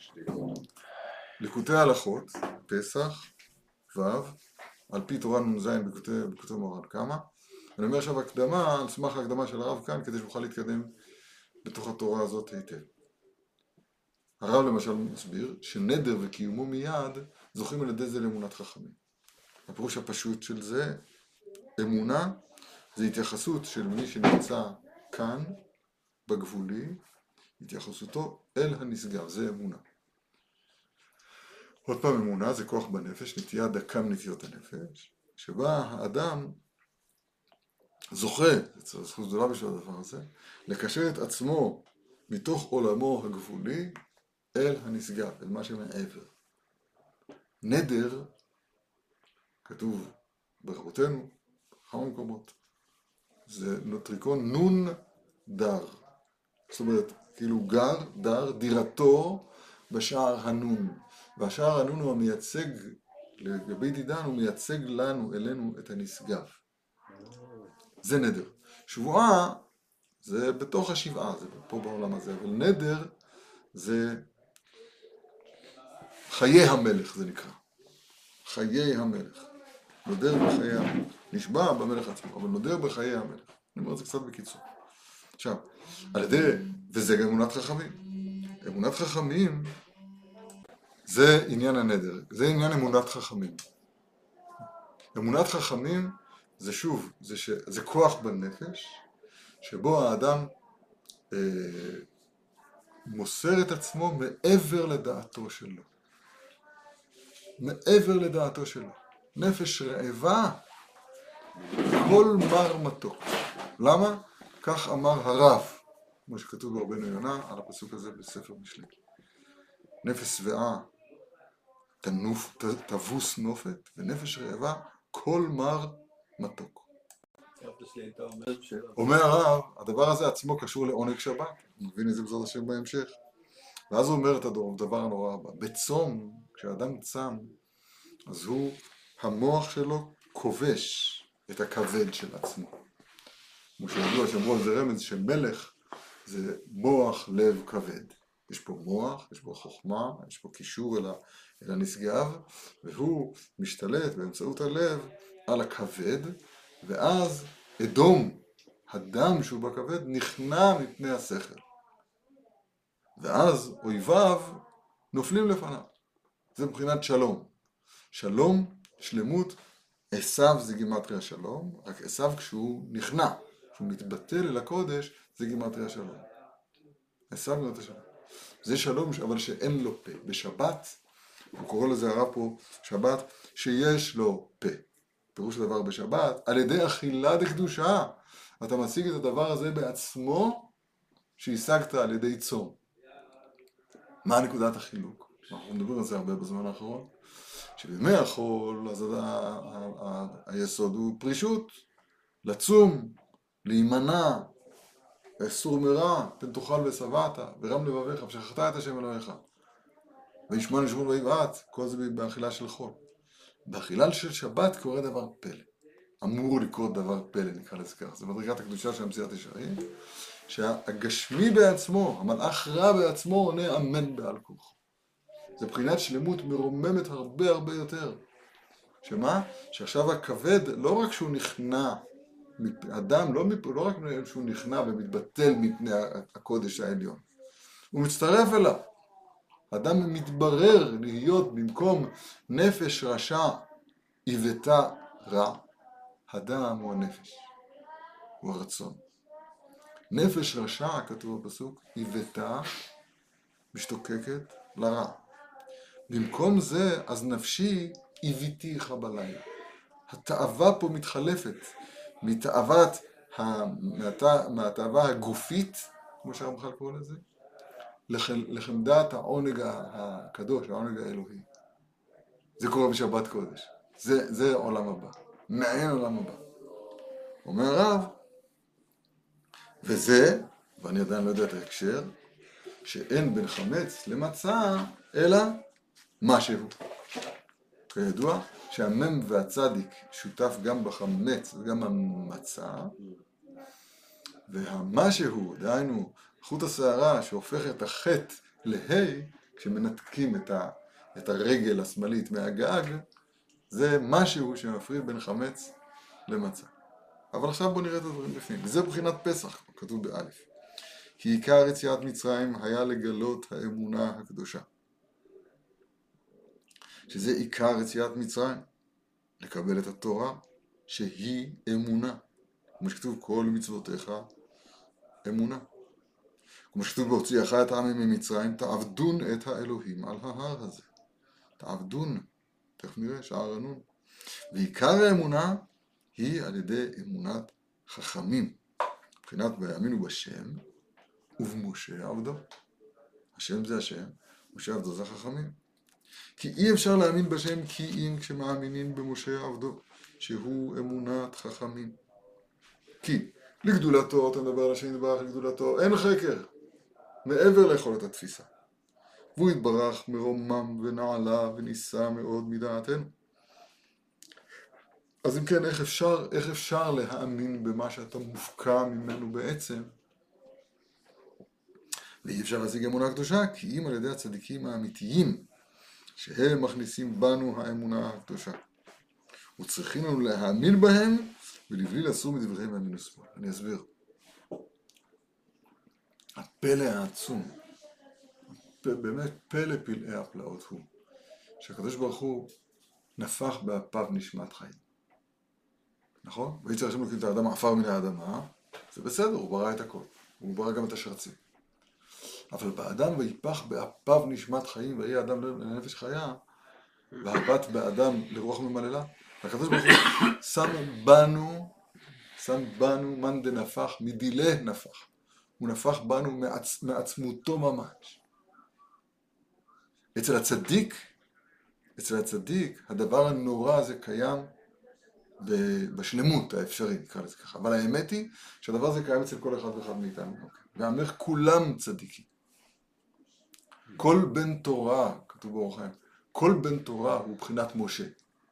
ליקוטי הלכות, פסח, ו', על פי תורה נ"ז בליקוטי מוהר"ן קמא. אני אומר עכשיו הקדמה, על סמך ההקדמה של הרב כאן, כדי שנוכל להתקדם בתוך התורה הזאת היטב. הרב למשל מסביר שנדר וקיומו מיד זוכים על ידי זה לאמונת חכמים. הפירוש הפשוט של זה, אמונה, זה התייחסות של מי שנמצא כאן, בגבולי, התייחסותו אל הנשגב, זה אמונה. עוד פעם, אמונה זה כוח בנפש, נטייה דקה מנטיות הנפש, שבה האדם זוכה, זו זכות גדולה בשביל הדבר הזה, לקשר את עצמו מתוך עולמו הגבולי אל הנשגב, אל מה שמעבר. נדר, כתוב ברבותינו, בכמה מקומות, זה נוטריקון נון דר. זאת אומרת, כאילו גר, דר, דירתו בשער הנון. והשער הנון הוא המייצג, לגבי דידן, הוא מייצג לנו, אלינו, את הנשגב. זה נדר. שבועה זה בתוך השבעה, זה פה בעולם הזה, אבל נדר זה חיי המלך, זה נקרא. חיי המלך. נודר בחיי המלך. נשבע במלך עצמו, אבל נודר בחיי המלך. אני אומר את זה קצת בקיצור. עכשיו, על ידי, וזה גם אמונת חכמים. אמונת חכמים זה עניין הנדר, זה עניין אמונת חכמים. אמונת חכמים זה שוב, זה כוח בנפש, שבו האדם מוסר את עצמו מעבר לדעתו שלו. מעבר לדעתו שלו. נפש רעבה, כל מר מתוק. למה? כך אמר הרב, כמו שכתוב ברבנו יונה, על הפסוק הזה בספר משלי. נפש שבעה תבוס נופת, ונפש רעבה כל מר מתוק. אומר הרב, הדבר הזה עצמו קשור לעונג שבת, נבין את זה בעזרת השם בהמשך. ואז הוא אומר את הדבר הנורא הבא, בצום, כשאדם צם, אז המוח שלו כובש את הכבד של עצמו. כמו שידוע שאמרו על זה רמז שמלך זה מוח לב כבד. יש פה מוח, יש פה חוכמה, יש פה קישור אל הנשגב, והוא משתלט באמצעות הלב על הכבד, ואז אדום, הדם שהוא בכבד, נכנע מפני השכל. ואז אויביו נופלים לפניו. זה מבחינת שלום. שלום, שלמות, עשיו זה גימטריה שלום, רק עשיו כשהוא נכנע, כשהוא מתבטל אל הקודש, זה גימטריה שלום. עשיו גימטריה שלום. זה שלום, אבל שאין לו פה. בשבת, הוא קורא לזה הרב פה, שבת שיש לו פה. פירוש הדבר בשבת, על ידי אכילה דקדושה, אתה משיג את הדבר הזה בעצמו, שהשגת על ידי צום. מה נקודת החילוק? אנחנו מדברים על זה הרבה בזמן האחרון. שבימי החול, אז היסוד הוא פרישות, לצום, להימנע, ואסור מרע, פן תאכל ושבעת, ורם לבביך, ושכחת את השם אלוהיך. וישמע נשמון ויבעט, כל זה באכילה של חול. באכילה של שבת קורה דבר פלא. אמור לקרות דבר פלא, נקרא לזה כך. זה מדרגת הקדושה של המציאת ישרים, שהגשמי בעצמו, המלאך רע בעצמו, עונה אמן בעל כורחו. זה בחינת שלמות מרוממת הרבה הרבה יותר. שמה? שעכשיו הכבד, לא רק שהוא נכנע, אדם לא רק שהוא נכנע ומתבטל מפני הקודש העליון, הוא מצטרף אליו. אדם מתברר להיות במקום נפש רשע עיוותה רע, הדם הוא הנפש, הוא הרצון. נפש רשע, כתוב בפסוק, עיוותה, משתוקקת לרע. במקום זה, אז נפשי עיוויתיך בלילה. התאווה פה מתחלפת מהתאווה הגופית, כמו שהרמח"ל קורא לזה, לחמדת העונג הקדוש, העונג האלוהי. זה קורה בשבת קודש. זה עולם הבא. מעין עולם הבא. אומר הרב, וזה, ואני עדיין לא יודע את ההקשר, שאין בין חמץ למצה, אלא משהו. כידוע, שהמם והצדיק שותף גם בחמץ וגם במצה, והמשהו, דהיינו, חוט השערה שהופך את החטא להי, כשמנתקים את הרגל השמאלית מהגג, זה משהו שמפריד בין חמץ למצה. אבל עכשיו בוא נראה את הדברים בפנים. וזה בחינת פסח, כתוב באלף. כי עיקר יציאת מצרים היה לגלות האמונה הקדושה. שזה עיקר יציאת מצרים, לקבל את התורה שהיא אמונה. כמו שכתוב כל מצוותיך אמונה. כמו שכתוב בהוציאך את העם ממצרים, תעבדון את האלוהים על ההר הזה. תעבדון, תכף נראה, שער הנון. ועיקר האמונה היא על ידי אמונת חכמים. מבחינת ויאמינו בשם ובמשה עבדו. השם זה השם, משה עבדו זה החכמים. כי אי אפשר להאמין בשם כי אם כשמאמינים במשה עבדו, שהוא אמונת חכמים. כי לגדולתו, אתה מדבר על השם יתברך לגדולתו, אין חקר מעבר ליכולת התפיסה. והוא יתברך מרומם ונעלה וניסה מאוד מדעתנו. אז אם כן, איך אפשר להאמין במה שאתה מופקע ממנו בעצם? ואי אפשר להשיג אמונה קדושה, כי אם על ידי הצדיקים האמיתיים, שהם מכניסים בנו האמונה הקדושה. וצריכים לנו להאמין בהם, ולבלי לסור מדבריהם מהמין ושמאל. אני אסביר. הפלא העצום, באמת פלא פלאי הפלאות הוא, שהקדוש ברוך הוא נפח באפיו נשמת חיים. נכון? ויצר השם אלוקים את האדם עפר מן האדמה, זה בסדר, הוא ברא את הכל. הוא ברא גם את השרצים. אבל באדם ויפח באפיו נשמת חיים, ויהי האדם לנפש חיה, והבט באדם לרוח ממללה. הקדוש ברוך הוא שם בנו מן דנפח, מדילה נפח. הוא נפח בנו מעצמותו ממש. אצל הצדיק, הדבר הנורא הזה קיים בשלמות האפשרית, נקרא לזה ככה. אבל האמת היא שהדבר הזה קיים אצל כל אחד ואחד מאיתנו. ואמר כולם צדיקים. כל בן תורה, כתוב באור החיים, כל בן תורה הוא בחינת משה.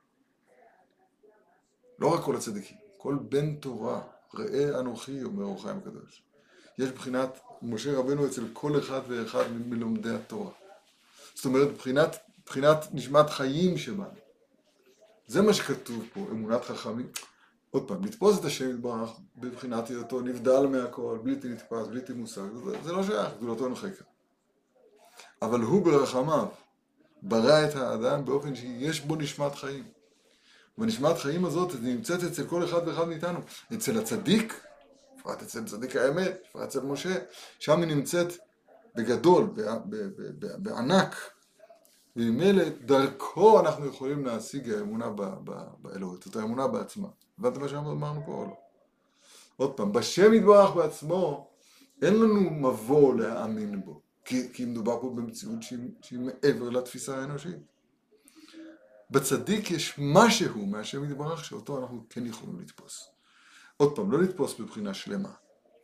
לא רק כל הצדיקים, כל בן תורה, ראה אנוכי, אומר אור החיים הקדוש. יש בחינת משה רבנו אצל כל אחד ואחד מלומדי התורה. זאת אומרת, בחינת נשמת חיים שבנו. זה מה שכתוב פה, אמונת חכמים. עוד פעם, לתפוס את השם יתברך בבחינת היותו נבדל מהכל, בלתי נתפס, בלתי מושג, זה לא שייך, גדולתו אין חקר. אבל הוא ברחמיו ברא את האדם באופן שיש בו נשמת חיים. ונשמת חיים הזאת נמצאת אצל כל אחד ואחד מאיתנו. אצל הצדיק, בפרט אצל צדיק האמת, בפרט אצל משה, שם היא נמצאת בגדול, בענק. וממילא דרכו אנחנו יכולים להשיג האמונה באלוהות, את האמונה בעצמה. הבנת מה שאמרנו פה או לא? עוד פעם, בשם יתברך בעצמו, אין לנו מבוא להאמין בו. כי מדובר פה במציאות שהיא מעבר לתפיסה האנושית. בצדיק יש משהו מהשם יתברך שאותו אנחנו כן יכולים לתפוס. עוד פעם, לא לתפוס בבחינה שלמה.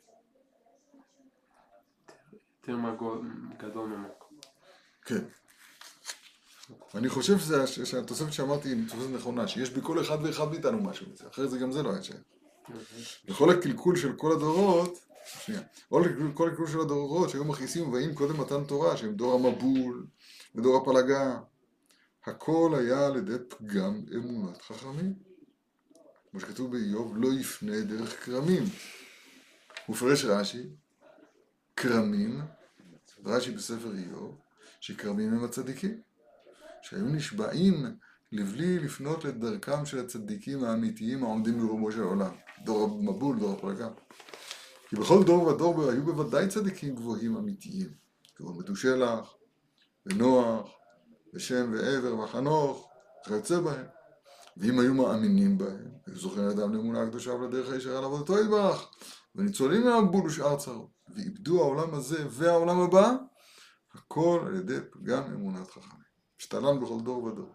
יותר גדול ממקום. כן. אני חושב שהתוספת שאמרתי היא תוספת נכונה, שיש בכל אחד ואחד מאיתנו משהו מזה, אחרי זה גם זה לא היה שייך. בכל הקלקול של כל הדורות, כל הקלקול של הדורות שהיו מכניסים ובאים קודם מתן תורה, שהם דור המבול ודור הפלגה, הכל היה על ידי פגם אמונת חכמים. כמו שכתוב באיוב, לא יפנה דרך כרמים. ופרש רש"י, כרמים, רש"י בספר איוב, שכרמים הם הצדיקים, שהיו נשבעים לבלי לפנות לדרכם של הצדיקים האמיתיים העומדים ברומו של העולם. דור המבול, דור הפלגה. כי בכל דור ודור היו בוודאי צדיקים גבוהים אמיתיים, כמו מתושלח, ונוח, ושם ועבר וחנוך, וכיוצא בהם. ואם היו מאמינים בהם, היו זוכים לאדם לאמונה הקדושה ולדרך הישרה לעבודתו יתברך, וניצולים מהמבול ושאר צרות, ואיבדו העולם הזה והעולם הבא, הכל על ידי פגם אמונת חכמים. משתלם בכל דור ודור.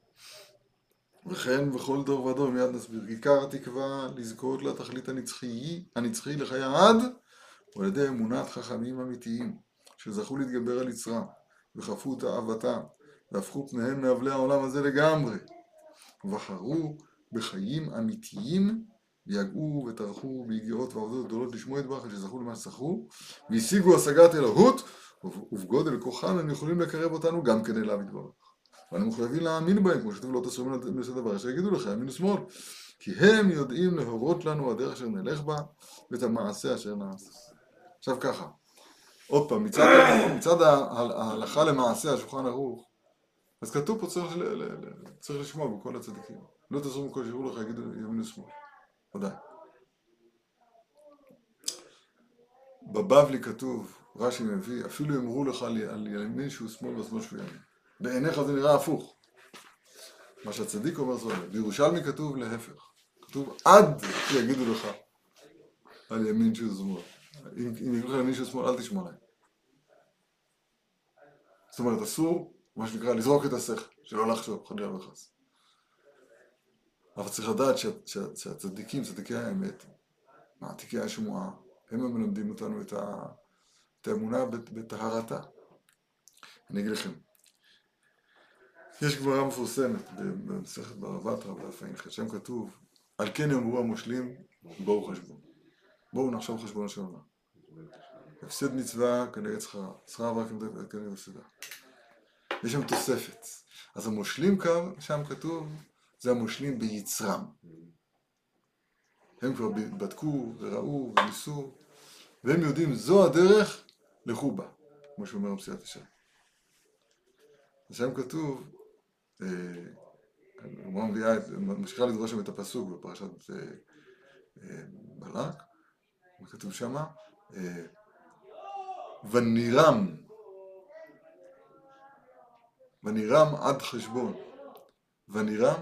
וכן בכל דור ודור, מיד נסביר, עיקר התקווה לזכות לתכלית הנצחי לחיי העד, ועל ידי אמונת חכמים אמיתיים, שזכו להתגבר על יצרם, וחפו תאוותם, והפכו פניהם מאבלי העולם הזה לגמרי, ובחרו בחיים אמיתיים, ויגעו וטרחו ביגיעות ועבודות גדולות לשמוע יתברך, שזכו למה שזכו, והשיגו השגת אלוהות, ובגודל כוחם הם יכולים לקרב אותנו גם כן אליו יתברך. ואנו מחויבים להאמין בהם, כמו שכתוב לא תסרו מן הדבר שיגידו לך ימין ושמאל, כי הם יודעים להורות לנו הדרך אשר נלך בה ואת המעשה אשר נעשה. עכשיו ככה, עוד פעם, מצד ההלכה למעשה, השולחן ערוך, אז כתוב פה צריך לשמוע בכל הצדיקים. לא תסרו מכל שיראו לך יגידו ימין ושמאל. ודאי. בבבלי כתוב, רש"י מביא, אפילו אמרו לך על ימין שהוא שמאל והשמאל שהוא ימין. בעיניך זה נראה הפוך. מה שהצדיק אומר זה, בירושלמי כתוב להפך. כתוב עד שיגידו לך על ימין שהוא שמאל. אם יגידו לך על ימין שהוא שמאל, אל תשמע להם. זאת אומרת, אסור, מה שנקרא, לזרוק את השכל, שלא לחשוב, חלילה וחס. אבל צריך לדעת שהצדיקים, צדיקי האמת, מעתיקי השמועה, הם מלמדים אותנו את האמונה בטהרתה. אני אגיד לכם, יש גמרא מפורסמת במסכת בבא בתרא בדף ע"ח, שם כתוב, על כן יאמרו המושלים, בואו חשבון. בואו נחשוב חשבון שלנו. הפסד מצווה כנגד שכרה, שכרה עברה כנגד הפסדה. יש שם תוספת. אז המושלים כאן, שם כתוב, זה המושלים ביצרם. הם כבר בדקו וראו וניסו, והם יודעים, זו הדרך, לכו בה, כמו שאומר המסיעת השם. שם כתוב, ממשיכה לדרוש שם את הפסוק בפרשת בלק, וכתוב שמה, ונירם עד חשבון, ונירם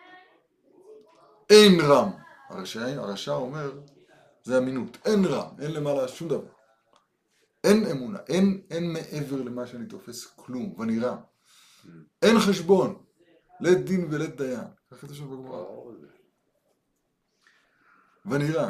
אין רם. הרשע אומר, זה אמינות, אין רם, אין למעלה שום דבר. אין אמונה, אין מעבר למה שאני תופס כלום, ונירם. אין חשבון, לית דין ולית דיין. כך כתוב שם בגמרא. ונירם.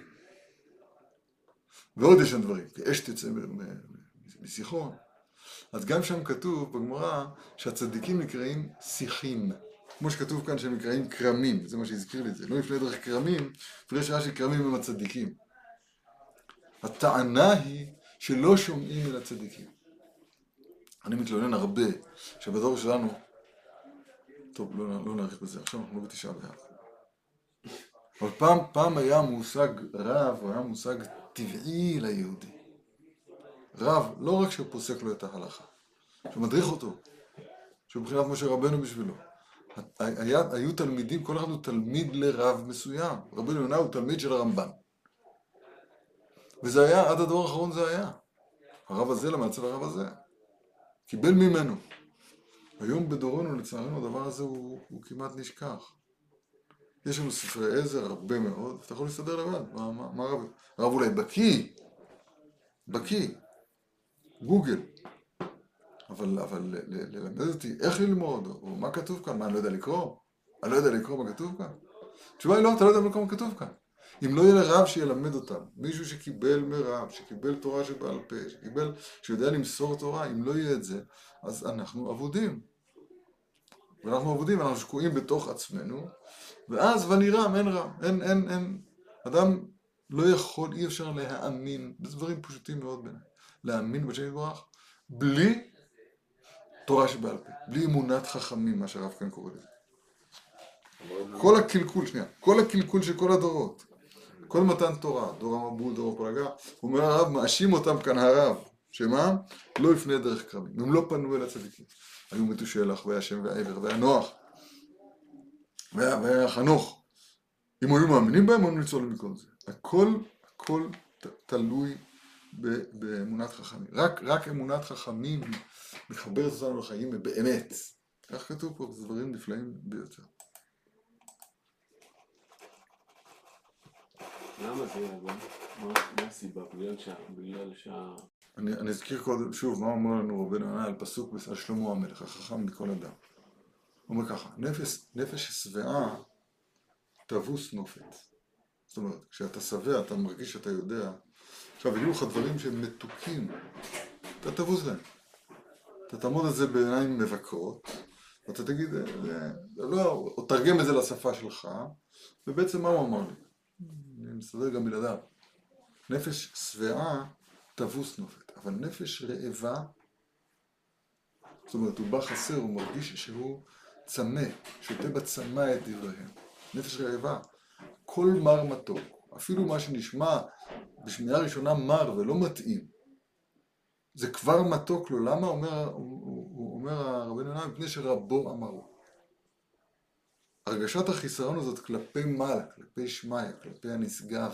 ועוד יש שם דברים, כי אש תצא משיחון. אז גם שם כתוב בגמרא שהצדיקים נקראים שיחים. כמו שכתוב כאן שהם נקראים קרמים, זה מה שהזכיר לי את זה. לא יפנה דרך קרמים, פרש רש"י קרמים הם הצדיקים. הטענה היא שלא שומעים אל הצדיקים. אני מתלונן הרבה שבדור שלנו, טוב, לא נאריך בזה, עכשיו אנחנו לא בתשעה באב. אבל פעם היה מושג רב, הוא היה מושג טבעי ליהודי. רב, לא רק שהוא פוסק לו את ההלכה, שהוא מדריך אותו, שהוא מבחינת משה רבנו בשבילו. היו תלמידים, כל אחד הוא תלמיד לרב מסוים. רבנו יונה הוא תלמיד של הרמב"ן. וזה היה, עד הדור האחרון זה היה. הרב הזה למד אצל הרב הזה. קיבל ממנו. היום בדורנו, לצערנו, הדבר הזה הוא כמעט נשכח. יש לנו ספרי עזר, הרבה מאוד, אתה יכול להסתדר לבד. מה הרב? הרב אולי בקיא. גוגל. אבל ללמד אותי איך ללמוד, או מה כתוב כאן, מה אני לא יודע לקרוא? אני לא יודע לקרוא מה כתוב כאן? התשובה היא לא, אתה לא יודע לקרוא מה כתוב כאן. אם לא יהיה לרב שילמד אותם, מישהו שקיבל מרב, שקיבל תורה שבעל פה, שיודע למסור תורה, אם לא יהיה את זה, אז אנחנו עבודים. ואנחנו עבודים, אנחנו שקועים בתוך עצמנו, ואז ונרם, אין רם, אין. אדם לא יכול, אי אפשר להאמין, זה דברים פשוטים מאוד בעיניי, להאמין בשם יתברך, בלי תורה שבעל פה, בלי אמונת חכמים, מה שהרב כאן קורא לזה. כל הקלקול של כל הדורות, כל מתן תורה, דור המבול, דור הפלגה, הוא אומר הרב, מאשים אותם כאן הרב, שמה? לא יפנה דרך קרמים, הם לא פנו אל הצדיקים. היו מתושלח, והיה שם והעבר, והיה נוח, והיה חנוך. אם היו מאמינים בהם, הם ניצולים מכל זה. הכל תלוי באמונת חכמים. רק אמונת חכמים מחברת אותנו לחיים באמת. כך כתוב פה, זה דברים נפלאים ביותר. למה זה אבל? מה הסיבה? בגלל אני אזכיר קודם, שוב, מה אומר לנו רבנו יונה על פסוק על שלמה המלך, החכם מכל אדם. הוא אומר ככה, נפש שבעה תבוס נופת. זאת אומרת, כשאתה שבע, אתה מרגיש שאתה יודע. עכשיו, יהיו לך דברים שהם מתוקים, אתה תבוס להם. אתה תעמוד את זה בעיניים מבקרות, ואתה תגיד, לא, או תרגם את זה לשפה שלך, ובעצם מה הוא אמר לי? אני מסתדר גם בלעדיו. נפש שבעה תבוס נופת. אבל נפש רעבה, זאת אומרת, הוא בא חסר, הוא מרגיש שהוא צמא, שותה בצמא את דבריהם. נפש רעבה, כל מר מתוק, אפילו מה שנשמע בשמיעה ראשונה מר ולא מתאים, זה כבר מתוק לו. למה? הוא אומר הרבנו יונה, מפני שרבו אמרו. הרגשת החיסרון הזאת כלפי מעלה, כלפי שמיה, כלפי הנשגב.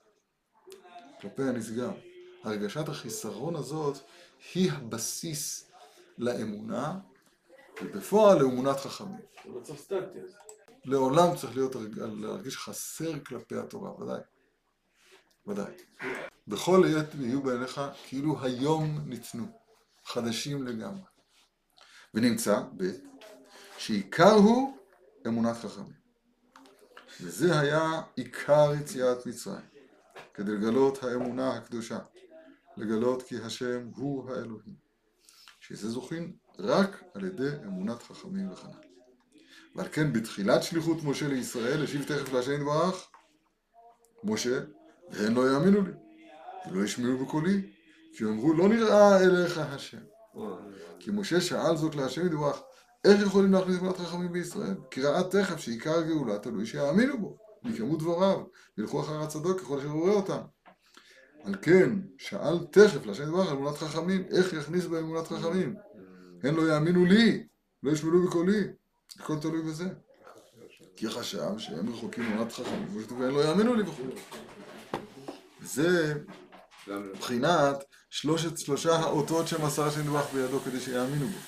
הרגשת החיסרון הזאת היא הבסיס לאמונה, ובפועל לאמונת חכמים. זה מצב סטטי. לעולם צריך להרגיש חסר כלפי התורה, ודאי. ודאי. בכל עת יהיו בעיניך כאילו היום ניתנו, חדשים לגמרי. ונמצא שעיקר הוא אמונת חכמים. וזה היה עיקר יציאת מצרים, כדי לגלות האמונה הקדושה, לגלות כי השם הוא האלוהים, שזה זוכין רק על ידי אמונת חכמים וחנן. ועל כן בתחילת שליחות משה לישראל, השיב תכף להשם יתברך, משה, והן לא יאמינו לי, ולא ישמעו בקולי, כי אמרו לא נראה אליך השם. כי משה שאל זאת להשם יתברך, איך יכולים להכניס אמונת חכמים בישראל? כי ראה תכף שעיקר הגאולה תלוי שיאמינו בו, ויקיימו דבריו, וילכו אחר הצדוק ככל אשר רואה אותם. על כן, שאל תכף להשם יתברך על אמונת חכמים, איך יכניס בה אמונת חכמים? הן לא יאמינו לי, לא ישמעו בקולי, הכל תלוי בזה. כי חשב שהם רחוקים אמונת חכמים, והן לא יאמינו לי וכו'. וזה מבחינת שלושה האותות שמסר השם יתברך בידו כדי שיאמינו בו.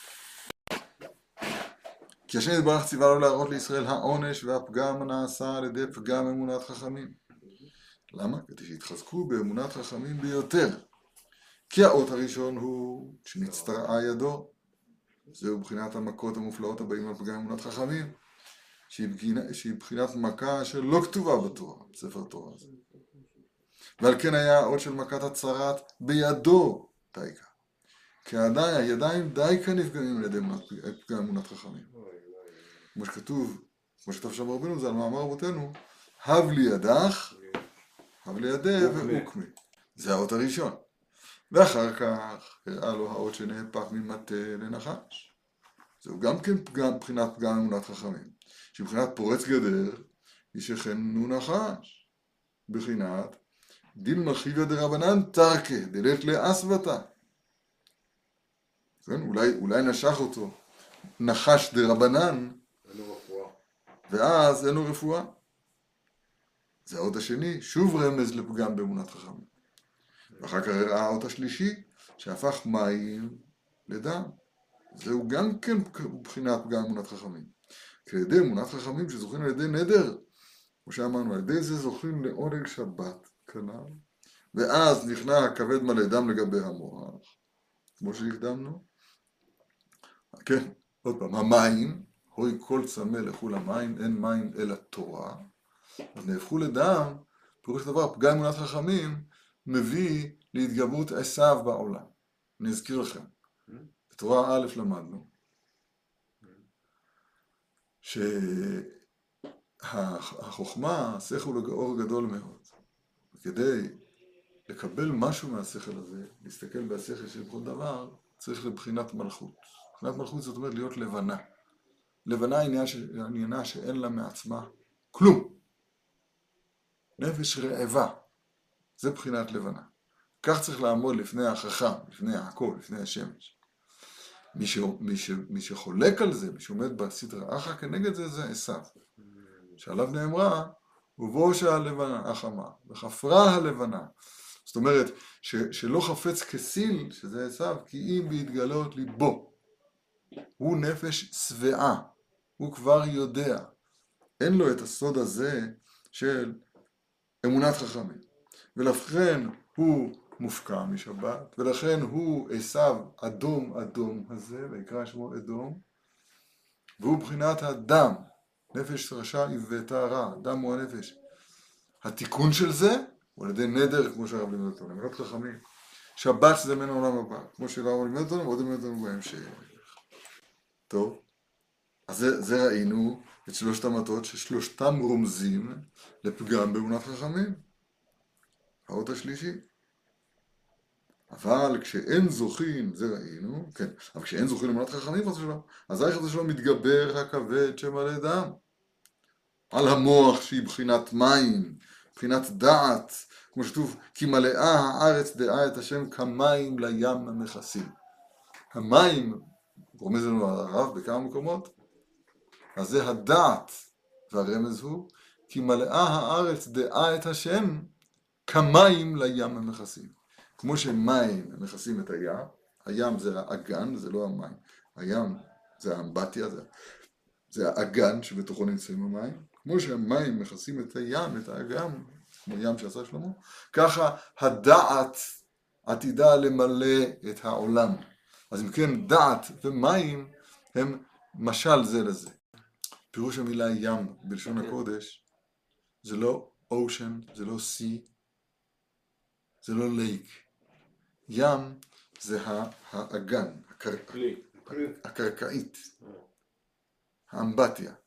כי השם יתברך ציווה לו להראות לישראל העונש והפגם הנעשה על ידי פגם אמונת חכמים. למה? כדי שיתחזקו באמונת חכמים ביותר. כי האות הראשון הוא שנצטרעה ידו. זהו בחינת המכות המופלאות הבאים על פגם אמונת חכמים, שהיא בחינת מכה אשר לא כתובה בתורה, בספר התורה הזה. ועל כן היה האות של מכת הצרת בידו דייקה. כי הידיים דייקה נפגמים על ידי פגם אמונת חכמים. כמו שכתוב, כמו שכתב שם רבנו, זה על מאמר אבותינו, הב לי ידך, הב לי ידי ואוקמי. זה האות הראשון. ואחר כך הראה לו האות שנהפך ממטה לנחש. זהו גם כן בחינת פגם אמונת חכמים. שבחינת פורץ גדר, ישכנו נחש. בחינת דילמה חיבא דרבנן תרקה, דלת לאסבתה. אולי נשך אותו נחש דרבנן, ואז אין לו רפואה. זה האות השני, שוב רמז לפגם באמונת חכמים. ואחר כך הראה האות השלישי, שהפך מים לדם. זהו גם כן בחינת פגם אמונת חכמים. כי על ידי אמונת חכמים שזוכים על ידי נדר, כמו שאמרנו, על ידי זה זוכים לעונג שבת, כנ"ל. ואז נכנע הכבד מלא דם לגבי המוח, כמו שהקדמנו. כן, עוד פעם, המים, הוי כל צמא לכו למים, אין מים אלא תורה. אז נהפכו לדם, פירוש דבר, פגם אמונת חכמים מביא להתגברות עשיו בעולם. אני אזכיר לכם, בתורה א' למדנו, שהחוכמה, השכל הוא אור גדול מאוד. וכדי לקבל משהו מהשכל הזה, להסתכל בהשכל של כל דבר, צריך לבחינת מלכות. בחינת מלכות זאת אומרת להיות לבנה. לבנה עניינה שאין לה מעצמה כלום. נפש רעבה. זה בחינת לבנה. כך צריך לעמוד לפני החכם, לפני הכל, לפני השמש. מי שחולק על זה, מי שעומד בסדרה אחר כנגד זה, זה עשיו. שעליו נאמרה, ובושה הלבנה, החמה, וחפרה הלבנה. זאת אומרת, שלא חפץ כסיל, שזה עשיו, כי אם בהתגלות ליבו. הוא נפש שבעה, הוא כבר יודע. אין לו את הסוד הזה של אמונת חכמים. ולכן הוא מופקע משבת, ולכן הוא עשיו אדום אדום הזה, ויקרא שמו אדום, והוא בחינת הדם, נפש רשע עיוותה רע, דם הוא הנפש. התיקון של זה הוא על ידי נדר, כמו שהרב לימד אותנו, אמונת חכמים. שבת זה מן העולם הבא, כמו שהרב לימד אותנו, ועוד לימד אותנו בהמשך. טוב, אז זה ראינו את שלושת המטות, ששלושתם רומזים לפגם באמונת חכמים. האות השלישי. אבל כשאין זוכים, זה ראינו, כן, אבל כשאין זוכים למנת חכמים, חס ושלום, אזי חס ושלום מתגבר הכבד שמלא דם. על המוח שהיא בחינת מים, בחינת דעת, כמו שכתוב, כי מלאה הארץ דעה את השם כמים לים המכסים. המים, רומז לנו הרב בכמה מקומות, אז זה הדעת, והרמז הוא, כי מלאה הארץ דעה את השם כמים לים המכסים. כמו שמים מכסים את הים, הים זה האגן, זה לא המים, הים זה האמבטיה, זה האגן שבתוכו נמצאים המים, כמו שהמים מכסים את הים, את האגן, כמו ים שעשה שלמה, ככה הדעת עתידה למלא את העולם. אז אם כן, דעת ומים הם משל זה לזה. פירוש המילה ים בלשון הקודש, זה לא ocean, זה לא sea, זה לא lake. ים זה האגן, הקרקעית, האמבטיה.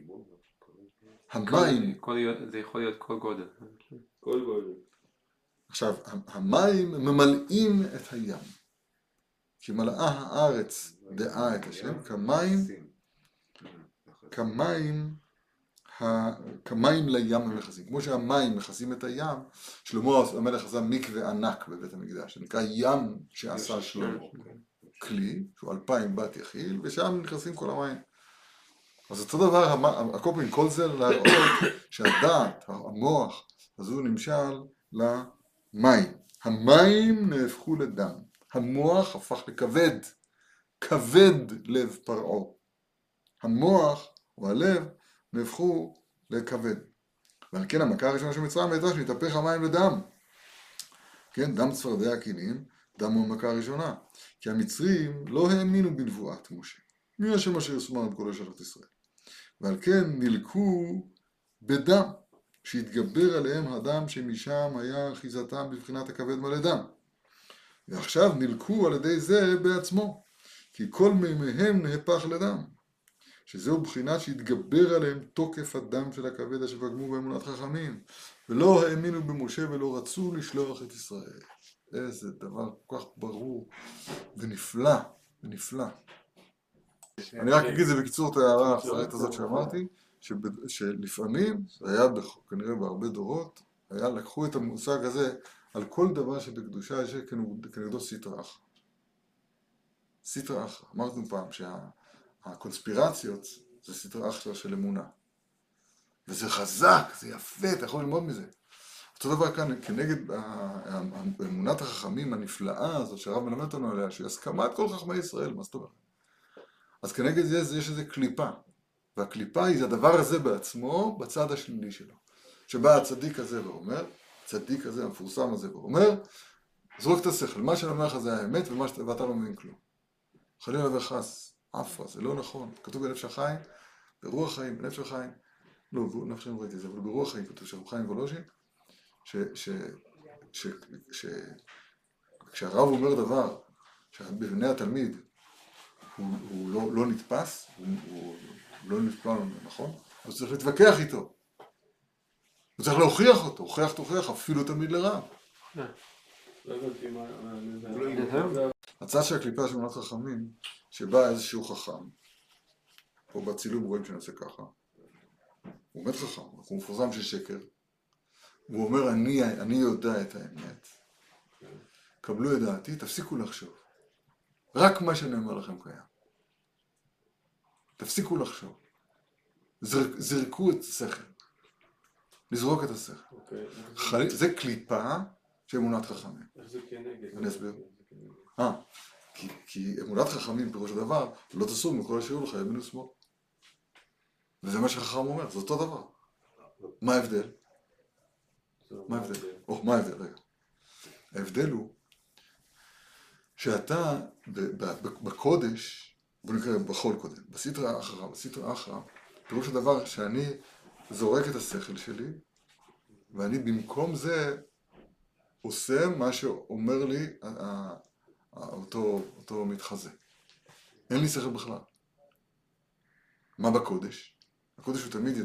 המים, זה יכול להיות כל גודל. כל גודל. עכשיו, המים ממלאים את הים. כי מלאה הארץ דעה את השם, כמים לים המכסים. כמו שהמים מכסים את הים, שלמה המלך עשה מקווה ענק בבית המקדש, שנקרא ים שעשה שלמה. כלי, שהוא 2000 בת יחיל, ושם נכנסים כל המים. אז אותו דבר, הקופים, כל זה להראות שהדעת, המוח, אז הוא נמשל למים. המים נהפכו לדם. המוח הפך לכבד. כבד לב פרעה. המוח או הלב נהפכו לכבד. ועל כן המכה הראשונה של מצרים הייתה שנתהפך המים לדם. כן, דם צפרדע הכינים, דם הוא המכה הראשונה. כי המצרים לא האמינו בנבואת משה. מי השם אשר יסומן את כל לשבת ישראל. ועל כן נלקו בדם, שהתגבר עליהם הדם שמשם היה אחיזתם בבחינת הכבד מלא דם. ועכשיו נלקו על ידי זה בעצמו, כי כל מימיהם נהפך לדם, שזהו בחינת שהתגבר עליהם תוקף הדם של הכבד אשר פגמו באמונת חכמים, ולא האמינו במשה ולא רצו לשלוח את ישראל. איזה דבר כל כך ברור ונפלא, ונפלא. אני רק אגיד את זה בקיצור את ההערה האחרית הזאת שאמרתי, שלפעמים, זה היה כנראה בהרבה דורות, לקחו את המושג הזה על כל דבר שבקדושה יש כנגדו סטרא אחרא. סטרא אחרא. אמרנו פעם שהקונספירציות זה סטרא אחרא של אמונה. וזה חזק, זה יפה, אתה יכול ללמוד מזה. אותו דבר כאן, כנגד אמונת החכמים הנפלאה הזאת שהרב מלמד אותנו עליה, שהיא הסכמת כל חכמי ישראל, מה זאת אומרת? אז כנגד זה יש איזו קליפה, והקליפה היא הדבר הזה בעצמו בצד השלילי שלו. שבא הצדיק הזה ואומר, הצדיק הזה המפורסם הזה ואומר, זרוק את השכל, מה שאני אומר לך זה האמת ואתה לא מבין כלום. חלילה וחס, עפרא, זה לא נכון. כתוב בנפש החיים, ברוח חיים, בנפש החיים, לא, נפש החיים ראיתי את זה, אבל ברוח חיים כתוב שרב חיים וולוז'ין, כשהרב אומר דבר, שבבני התלמיד, הוא לא נתפס, הוא לא נתפס, נכון? אז צריך להתווכח איתו. הוא צריך להוכיח אותו, תוכיח, אפילו תמיד לרע. הצד של הקליפה של אמונת חכמים, שבא איזשהו חכם, פה בצילום רואים שנעשה ככה, הוא באמת חכם, הוא מפורסם של שקר, הוא אומר, אני יודע את האמת, קבלו את דעתי, תפסיקו לחשוב. רק מה שאני אומר לכם קיים. תפסיקו לחשוב. זרקו את השכל. לזרוק את השכל. זה קליפה של אמונת חכמים. איך זה כנגד? אני אסביר. כי אמונת חכמים פירוש הדבר, לא תסור מכל השיעור לך ימין ושמאל. וזה מה שחכם אומר, זה אותו דבר. מה ההבדל? מה ההבדל? רגע. ההבדל הוא שאתה בקודש, בוא נקרא בכל קודם, בסטרא אחרא, פירוש הדבר שאני זורק את השכל שלי, ואני במקום זה עושה מה שאומר לי אותו מתחזה. אין לי שכל בכלל. מה בקודש? הקודש הוא תמיד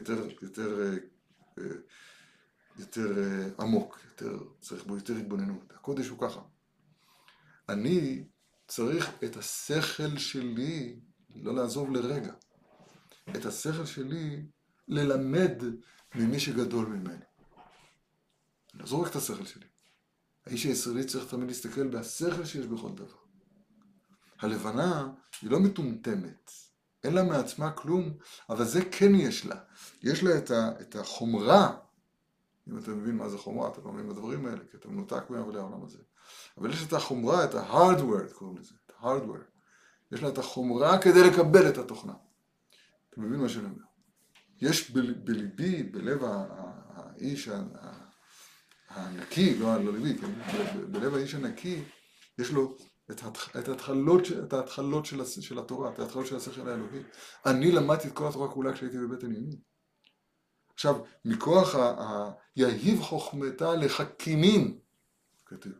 יותר עמוק, צריך בו יותר התבוננות. הקודש הוא ככה. אני צריך את השכל שלי, לא לעזוב לרגע, את השכל שלי ללמד ממי שגדול ממני. לעזוב רק את השכל שלי. האיש הישראלי צריך תמיד להסתכל בהשכל שיש בכל דבר. הלבנה היא לא מטומטמת, אין לה מעצמה כלום, אבל זה כן יש לה. יש לה את החומרה, אם אתה מבין מה זה חומרה, אתה לא מבין בדברים האלה, כי אתה מנותק מהם ולעולם הזה. אבל יש את החומרה, את ה-hardware, קוראים לזה, את ה-hardware. יש לה את החומרה כדי לקבל את התוכנה. אתה מבין מה שאני אומר? יש בליבי, בלב האיש הנקי, לא ליבי, בלב האיש הנקי, יש לו את ההתחלות של התורה, את ההתחלות של השכל האלוהי. אני למדתי את כל התורה כולה כשהייתי בבית הנינים. עכשיו, מכוח יהיב חוכמתה לחכימים, כתוב,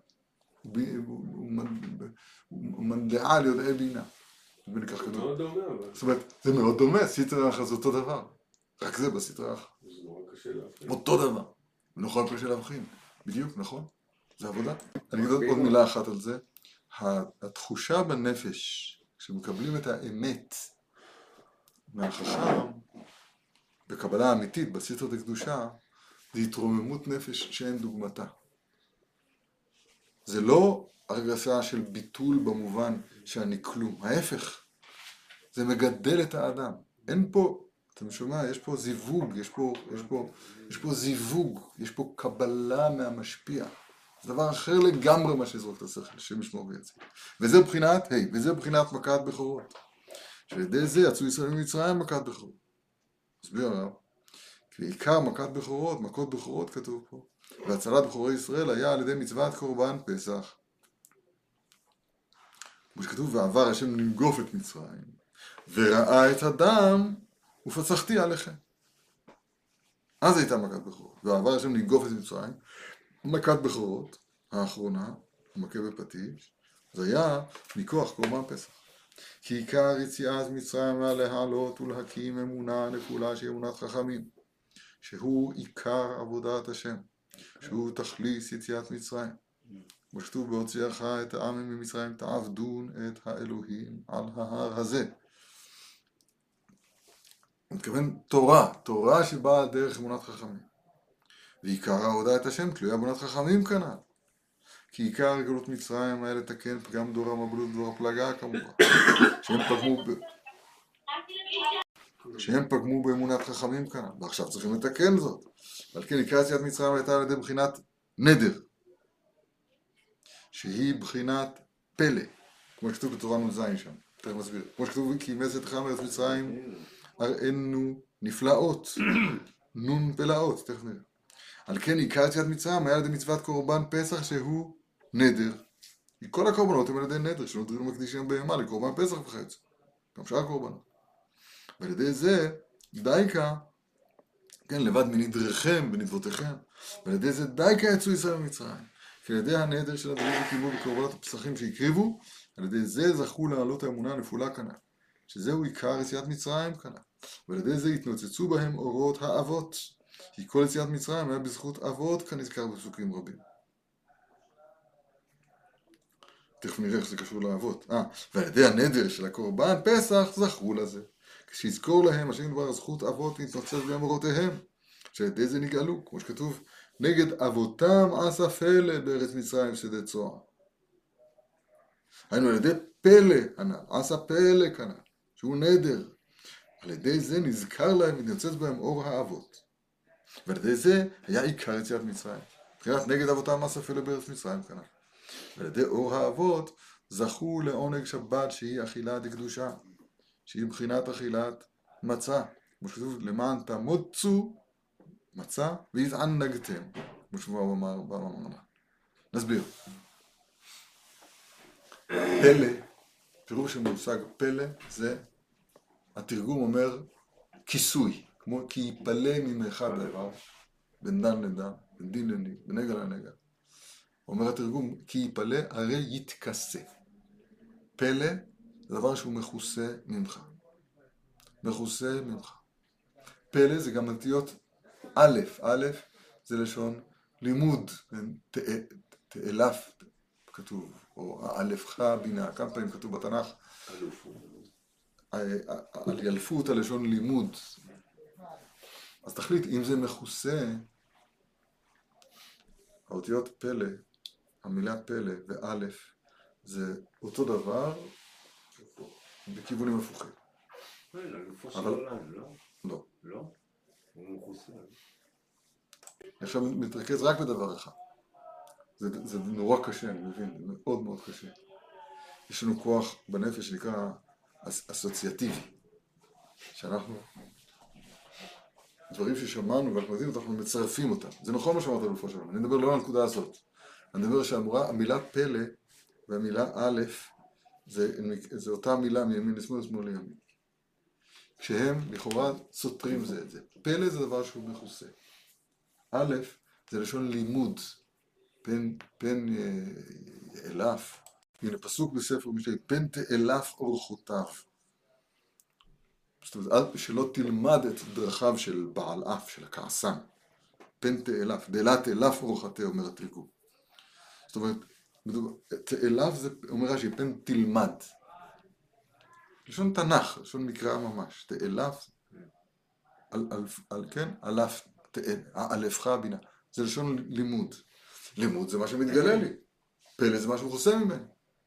ומנדעה על יודעי בינה. זה מאוד דומה, אבל... זאת אומרת, זה מאוד דומה, סטרא אחרא זה אותו דבר. רק זה בסטרא אחרא. זה נורא קשה להבחין. אותו דבר. ונוכל קשה להבחין. בדיוק, נכון? זה עבודה. אני אגיד עוד מילה אחת על זה. התחושה בנפש, כשמקבלים את האמת מהחכם, בקבלה האמיתית, בסתרא דקדושה, זה התרוממות נפש שאין דוגמתה. זה לא הרגשה של ביטול במובן שאני כלום. ההפך, זה מגדל את האדם. אין פה, אתה שומע, יש פה זיווג, יש פה זיווג, יש פה קבלה מהמשפיע. זה דבר אחר לגמרי מה שזרוק את השכל, השם ישמור ויציל. וזה בחינת, וזה בחינת מכת בכורות. שעל זה יצאו ישראל ממצרים מכת בכורות. הסביר הרב. כי עיקר מכת בכורות, מכות בכורות כתוב פה, והצלת בכורי ישראל היה על ידי מצוות קורבן פסח. כמו שכתוב, ועבר השם לנגוף את מצרים, וראה את הדם, ופצחתי עליכם. אז הייתה מכת בכורות. ועבר השם לנגוף את מצרים, מכת בכורות, האחרונה, המכה בפטיש, זה היה מכוח קורבן פסח. כי עיקר יציאת מצרים היה להעלות ולהקים אמונה נפולה שהיא אמונת חכמים, שהוא עיקר עבודת השם, שהוא תכליס יציאת מצרים. כמו שכתוב בהוציאך את העם ממצרים תעבדון את האלוהים על ההר הזה. הוא מתכוון תורה שבאה דרך אמונת חכמים. ועיקר העבודה את השם תלויה אמונת חכמים כנ"ל. כי עיקר גלות מצרים היה לתקן פגם דור המבלות ודור הפלגה כמובן. שהם פגמו באמונת חכמים כנ"ל. ועכשיו צריכים לתקן זאת. ועל כן עיקר יציאת מצרים הייתה על ידי בחינת נדר. שהיא בחינת פלא. כמו שכתוב בתורה נ"ז שם. תכף מסביר. כמו שכתוב כי אימץ אתך מארץ מצרים הראינו נפלאות. נון פלאות. תכף נראה. על כן עיקר יציאת מצרים היה על ידי מצוות קורבן פסח שהוא נדר. כל הקורבנות הם על ידי נדר, שנודרים מקדישים בהמה לקורבן פסח וכיוצא. גם שאר הקורבנות. ועל ידי זה דייקה, כן, לבד מנדריכם ונדבותיכם, ועל ידי זה דייקה יצאו ישראל ממצרים. כי על ידי הנדר של הדברים שקיבלו בקורבנות הפסחים שהקריבו, על ידי זה זכו לעלות האמונה הנפולה כנ"ל. שזהו עיקר יציאת מצרים כנ"ל. ועל ידי זה התנוצצו בהם אורות האבות. כי כל יציאת מצרים היה בזכות אבות כנזכר בפסוקים רבים. תכף נראה איך זה קשור לאבות. ועל ידי הנדר של הקורבן פסח זכו לזה. כשיזכור להם, השם דבר זכות אבות להתנוצץ בהם אורותיהם. שעל ידי זה נגאלו, כמו שכתוב, נגד אבותם עשה פלא בארץ מצרים שדה צועה. היינו על ידי פלא הנ"ל, עשה פלא כנ"ל, שהוא נדר. על ידי זה נזכר להם להתנוצץ בהם אור האבות. ועל ידי זה היה עיקר יציאת מצרים. מבחינת נגד אבותם עשה פלא בארץ מצרים כנ"ל. ועל ידי אור האבות זכו לעונג שבת שהיא אכילה דקדושה, שהיא מבחינת אכילת מצה. כמו שכתוב, למען תמוצו מצה והתענגתם. כמו שהוא אמר במאמר. נסביר. פלא, פירוש המושג פלא זה, התרגום אומר כיסוי, כמו כי יפלא ממך דבר, בין דן לדן, בין דין לדין, בין נגע לנגע. אומר התרגום, כי יפלא הרי יתכסה. פלא זה דבר שהוא מכוסה ממך. מכוסה ממך. פלא זה גם נטיות א', א' זה לשון לימוד, תאלף כתוב, או האלפך בינה, כמה פעמים כתוב בתנ"ך, על ילפות הלשון לימוד. אז תחליט, אם זה מכוסה, האותיות פלא, המילה פלא ואלף, זה אותו דבר בכיוונים הפוכים. לגופו של עולם, לא? לא. לא? הוא מכוסה. אני עכשיו מתרכז רק בדבר אחד. זה נורא קשה, אני מבין, זה מאוד מאוד קשה. יש לנו כוח בנפש שנקרא אסוציאטיבי, שאנחנו, דברים ששמענו ואנחנו יודעים, אנחנו מצרפים אותם. זה נכון מה שאמרת לגופו שלנו, אני מדבר לא על הנקודה הזאת. אני מדבר שהמילה פלא והמילה א' זה אותה מילה מימין לשמאל ושמאל לימין. כשהם לכאורה סותרים זה את זה. פלא זה דבר שהוא מכוסה. א' זה לשון לימוד. פן אלף. הנה פסוק בספר משלי, פן תאלף אורחותיו. זאת אומרת, שלא תלמד את דרכיו של בעל אף, של הכעסן. פן תאלף, דלה תאלף אורחתה, אומר התרגום. זאת אומרת, תאלף זה אומר רש"י, פן תלמד. לשון תנ"ך, לשון מקרא ממש. תאלף, כן, אלף, האלפך בינה. זה לשון לימוד. לימוד זה מה שמתגלה לי. פלא זה מה שמכוסה ממני.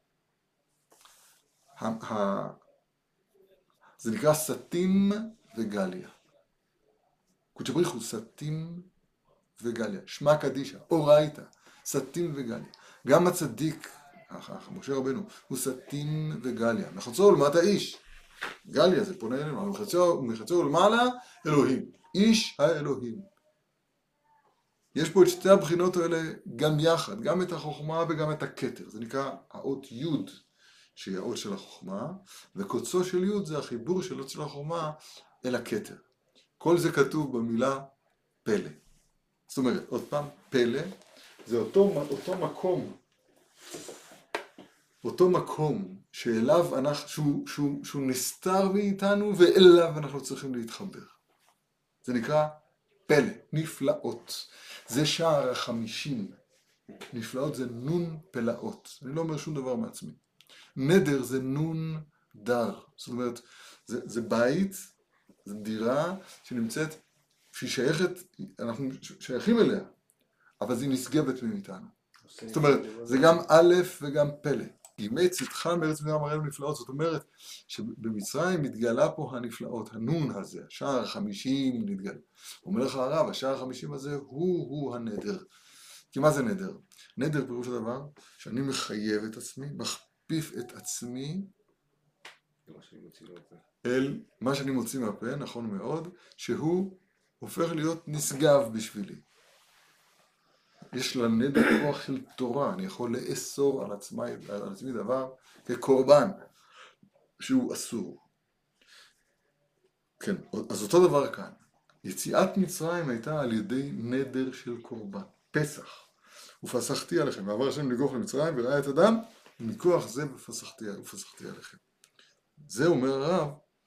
זה נקרא סטים וגליה. קודש בריך הוא סטים וגליה. שמע קדישה, אורייתא, סטים וגליה. גם הצדיק, משה רבנו, הוא סטים וגליה. מחצו ולמטה איש. גליה זה פונה אלינו, מחצו ולמעלה אלוהים. איש האלוהים. יש פה את שתי הבחינות האלה גם יחד, גם את החוכמה וגם את הכתר. זה נקרא האות י' שהיא האות של החוכמה, וקוצו של י' זה החיבור של האות של החוכמה אל הכתר. כל זה כתוב במילה פלא. זאת אומרת, עוד פעם, פלא זה אותו מקום שאליו שהוא נסתר מאיתנו ואליו אנחנו צריכים להתחבר. זה נקרא פלא, נפלאות. זה שער ה50. נפלאות זה נון פלאות. אני לא אומר שום דבר מעצמי. נדר זה נון דר. זאת אומרת, זה בית, זה דירה שנמצאת, שהיא שייכת, אנחנו שייכים אליה, אבל היא נשגבת מאיתנו. זאת אומרת, זה גם א' וגם פלא. ימי צאתך מארץ מצרים מראה נפלאות. זאת אומרת, שבמצרים מתגלה פה הנפלאות, הנון הזה, השער ה50 נתגלה. אומר לך הרב, השער ה50 הזה הוא הנדר. כי מה זה נדר? נדר פירוש הדבר שאני מחייב את עצמי, מכפיף את עצמי אל מה שאני מוציא מהפה, נכון מאוד, שהוא הופך להיות נשגב בשבילי. יש לנדר כוח של תורה, אני יכול לאסור על עצמי דבר כקורבן שהוא אסור. כן, אז אותו דבר כאן. יציאת מצרים הייתה על ידי נדר של קורבן, פסח. ופסחתי עליכם, ועבר השם לגוף למצרים וראה את אדם, ומכוח זה ופסחתי עליכם. זה אומר הרב,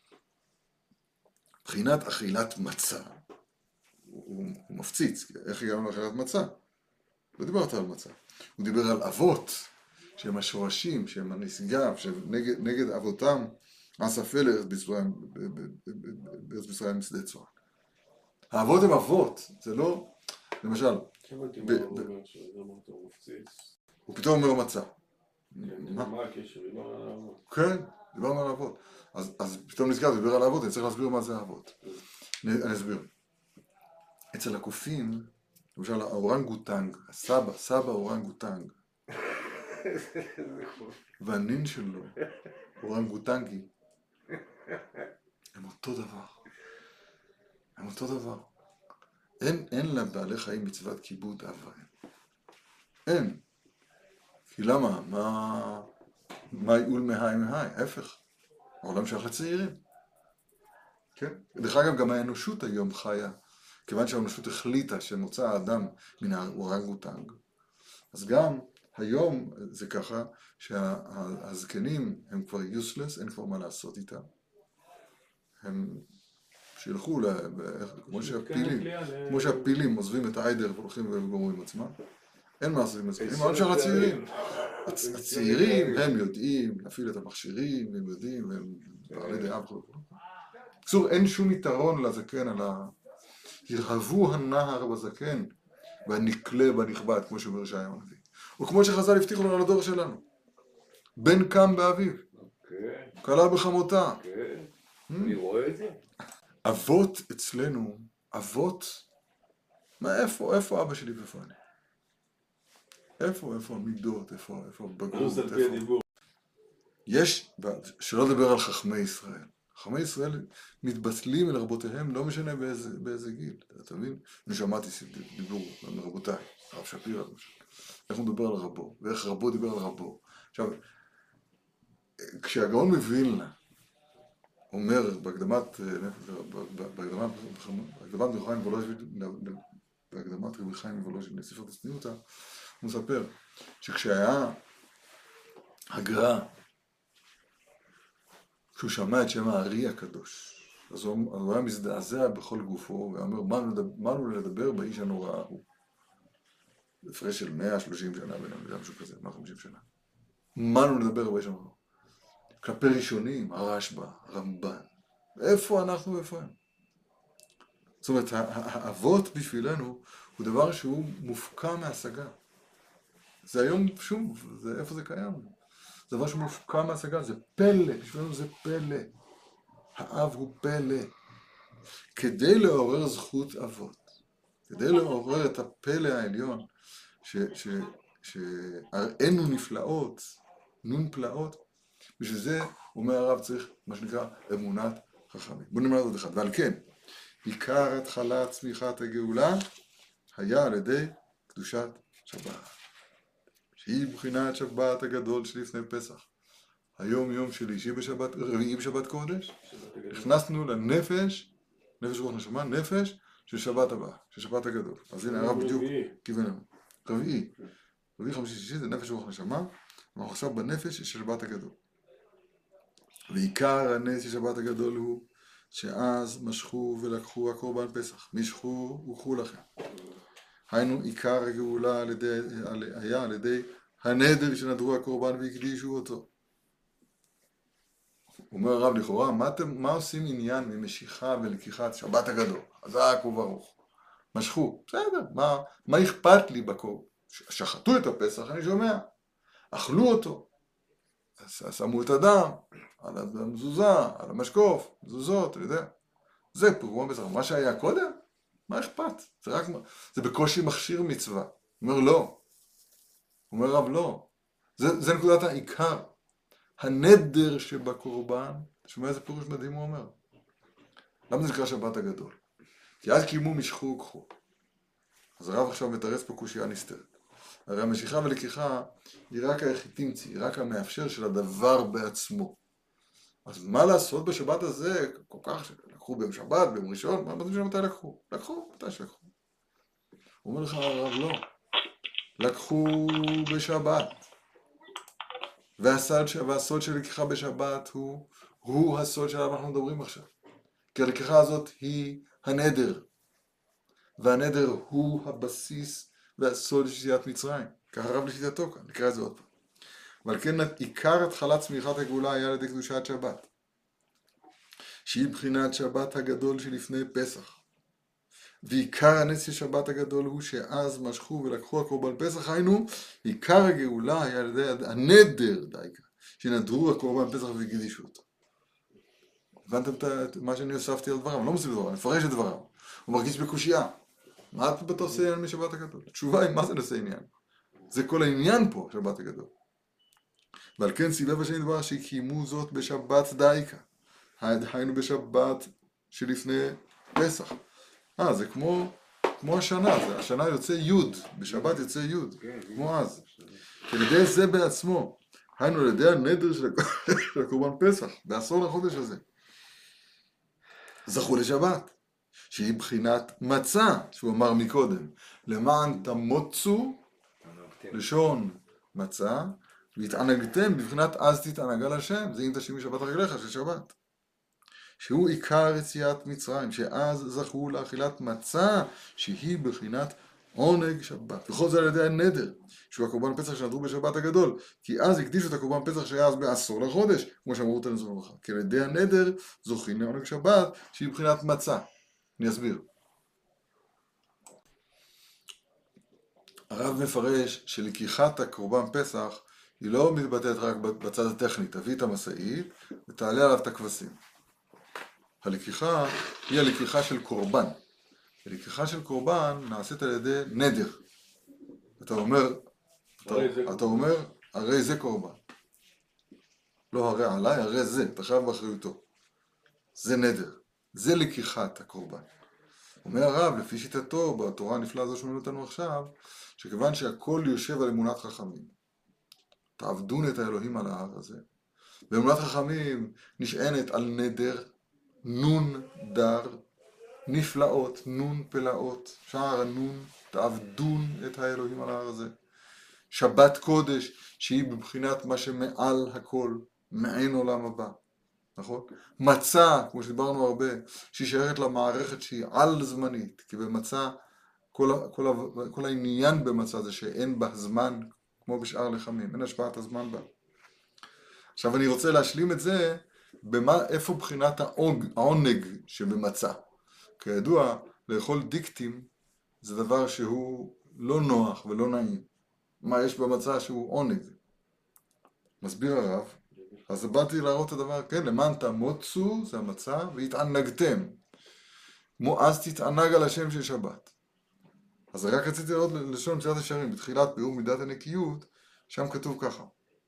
מבחינת אכילת מצה, הוא מפציץ, איך הגענו לאכילת מצה? לא דיברת על מצה, הוא דיבר על אבות, שהם השורשים, שהם הנשגב, שנגד אבותם אסף לארץ מצרים משדה צוען. האבות הם אבות, זה לא, למשל, הוא פתאום אומר מצה. מה הקשר? דיברנו על האבות. כן, דיברנו על האבות. אז פתאום נזכר, דיבר על האבות, אני צריך להסביר מה זה האבות. אני אסביר. אצל הקופים, למשל האורנגוטנג, סבא אורנגוטנג, והנין שלו, אורנגוטנגי, הם אותו דבר. הם אותו דבר. אין לבעלי חיים מצוות כיבוד אב ואם. אין. כי למה? מה יעול מהי? ההפך. העולם שייך לצעירים. כן? דרך אגב, גם האנושות היום חיה. כיוון שהאנושות החליטה שמוצא האדם מן האורנגוטנג. אז גם היום זה ככה שהזקנים הם כבר useless, אין כבר מה לעשות איתם. הם שילכו, כמו שהפילים עוזבים את העדר והולכים וגומרים עצמם. אין מה לעשות עם הזקנים, אבל אפשר לצעירים. הצעירים הם יודעים להפעיל את המכשירים, הם יודעים, הם בעלי דעה וכו'. בקיצור, אין שום יתרון לזקן על ירהבו הנער בזקן והנקלה בנכבד, כמו שאומר ישעיהו הנביא. וכמו שחז"ל הבטיחו לנו על הדור שלנו. בן קם באביו, כלה בחמותה. אני רואה את זה. אבות אצלנו, אבות, איפה אבא שלי ואיפה אני? איפה המידות, איפה הבגרות, איפה... יש, שלא לדבר על חכמי ישראל. חכמי ישראל מתבטלים אל רבותיהם, לא משנה באיזה גיל, אתה מבין? אני שמעתי דיבור מרבותיי, הרב שפירא, איך הוא מדבר על רבו, ואיך רבו דיבר על רבו. עכשיו, כשהגאון מווילנה אומר בהקדמת רבי חיים מוולוז'ין לספר הצניעותא, הוא מספר שכשהיה הגר"א, כשהוא שמע את שם הארי הקדוש, אז הוא היה מזדעזע בכל גופו, ואומר, מה לנו לדבר באיש הנורא ההוא? הפרש של 130 שנה בינינו, משהו כזה, 150 שנה. מה לנו לדבר באיש הנורא? כלפי ראשונים, הרשב"א, הרמב"ן. איפה אנחנו ואיפה הם? זאת אומרת, האבות בשבילנו הוא דבר שהוא מופקע מהשגה. זה היום, שוב, איפה זה קיים? זה דבר שמופקע מהשגה, זה פלא, בשבילנו זה פלא. האב הוא פלא. כדי לעורר זכות אבות, כדי לעורר את הפלא העליון, שהראינו נפלאות, נון פלאות, בשביל זה, אומר הרב, צריך מה שנקרא אמונת חכמים. בואו נאמר עוד אחד, ועל כן, עיקר התחלת צמיחת הגאולה היה על ידי קדושת שבת. שהיא בחינת שבת הגדול שלפני פסח. היום יום שלישי בשבת, רביעי בשבת קודש, נכנסנו לנפש, נפש רוח נשמה, נפש של שבת הבאה, של שבת הגדול. אז הנה הרב בדיוק כיוון לנו. רביעי, חמישי, שישי זה נפש רוח נשמה, אנחנו עכשיו בנפש של שבת הגדול. ועיקר הנס של שבת הגדול הוא שאז משכו ולקחו הקורבן פסח. משכו וקחו לכם. היינו עיקר הגאולה היה על ידי הנדר שנדרו הקורבן והקדישו אותו. אומר הרב לכאורה, מה עושים עניין ממשיכה ולקיחת שבת הגדול? חזק וברוך. משכו, בסדר, מה אכפת לי בקור? שחטו את הפסח, אני שומע. אכלו אותו. שמו את הדם על המזוזה, על המשקוף, מזוזות, אני יודע. זה פרום פסח. מה שהיה קודם, מה אכפת? זה בקושי מכשיר מצווה. הוא אומר לא. הוא אומר רב לא. זה נקודת העיקר. הנדר שבקורבן, שומע איזה פירוש מדהים הוא אומר. למה זה נקרא שבת הגדול? כי אז קיימו משכו וקחו. אז הרב עכשיו מתרץ פה קושייה נסתרת. הרי המשיכה ולקיחה היא רק היחיתימצי, היא רק המאפשר של הדבר בעצמו. אז מה לעשות בשבת הזה? כל כך שלקחו ביום שבת, ביום ראשון, מה משנה מתי לקחו? לקחו, מתי שלקחו. הוא אומר לך הרב לא. לקחו בשבת. והסוד של לקיחה בשבת הוא הסוד שעליו אנחנו מדברים עכשיו. כי הלקיחה הזאת היא הנדר. והנדר הוא הבסיס והסוד של יציאת מצרים. ככה הרב לשיטתו כאן, נקרא את זה עוד פעם. אבל כן, עיקר התחלת צמיחת הגאולה היה על ידי קדושת שבת. שהיא בחינת שבת הגדול שלפני פסח. ועיקר הנס של שבת הגדול הוא שאז משכו ולקחו הקורבן פסח, היינו, עיקר הגאולה היה על ידי הנדר דייקה, שנדרו הקורבן פסח והקדישו אותו. הבנתם את מה שאני הוספתי על דברם? אני לא מוסיף דברם, אני מפרש את דברם. הוא מרגיש בקושייה. מה אתה עושה עניין משבת הגדול? התשובה היא, מה זה נושא עניין? זה כל העניין פה, שבת הגדול. ועל כן סיבב השני דבר שקיימו זאת בשבת דייקה. היינו בשבת שלפני פסח. זה כמו השנה, השנה יוצא י', בשבת יוצא י', כמו אז. על ידי זה בעצמו, היינו על ידי הנדר של הקורבן פסח, בעשור לחודש הזה. זכו לשבת, שהיא בחינת מצה, שהוא אמר מקודם, למען תמוצו, לשון מצה, והתענגתם בבחינת אז תתענג על השם, זה אם תשימי שבת הרגליך של שבת. שהוא עיקר יציאת מצרים, שאז זכו לאכילת מצה, שהיא בחינת עונג שבת, וכל זה על ידי הנדר, שהוא הקורבן פסח שנדרו בשבת הגדול, כי אז הקדישו את הקורבן פסח שהיה אז בעשור לחודש, כמו שאמרו אותנו זו ברכה, כי על ידי הנדר זוכים לעונג שבת, שהיא מבחינת מצה. אני אסביר. הרב מפרש שלקיחת הקורבן פסח היא לא מתבטאת רק בצד הטכני, תביא את המשאית ותעלה עליו את הכבשים. הלקיחה היא הלקיחה של קורבן. הלקיחה של קורבן נעשית על ידי נדר. אתה אומר, הרי זה קורבן. לא הרי עליי, הרי זה, אתה חייב באחריותו. זה נדר. זה לקיחת הקורבן. אומר הרב, לפי שיטתו, בתורה הנפלאה הזו שאומרים אותנו עכשיו, שכיוון שהכל יושב על אמונת חכמים, תעבדון את האלוהים על ההר הזה. ואמונת חכמים נשענת על נדר, נון דר, נפלאות, נון פלאות, שער הנון, תעבדון את האלוהים על ההר הזה. שבת קודש, שהיא בבחינת מה שמעל הכל, מעין עולם הבא. נכון? מצה, כמו שדיברנו הרבה, שהיא שייכת למערכת שהיא על זמנית, כי במצה, כל העניין במצה זה שאין בה זמן, כמו בשאר לחמים, אין השפעת הזמן בה. עכשיו אני רוצה להשלים את זה, איפה בחינת העונג שבמצה. כידוע, לאכול דיקטים זה דבר שהוא לא נוח ולא נעים. מה יש במצה שהוא עונג? מסביר הרב. אז באתי להראות את הדבר, כן, למען תמוצו, זה המצה, והתענגתם. אז תתענג על השם של שבת. אז רק רציתי לראות לשון מצוות השערים, בתחילת ביאור מידת הנקיות, שם כתוב ככה.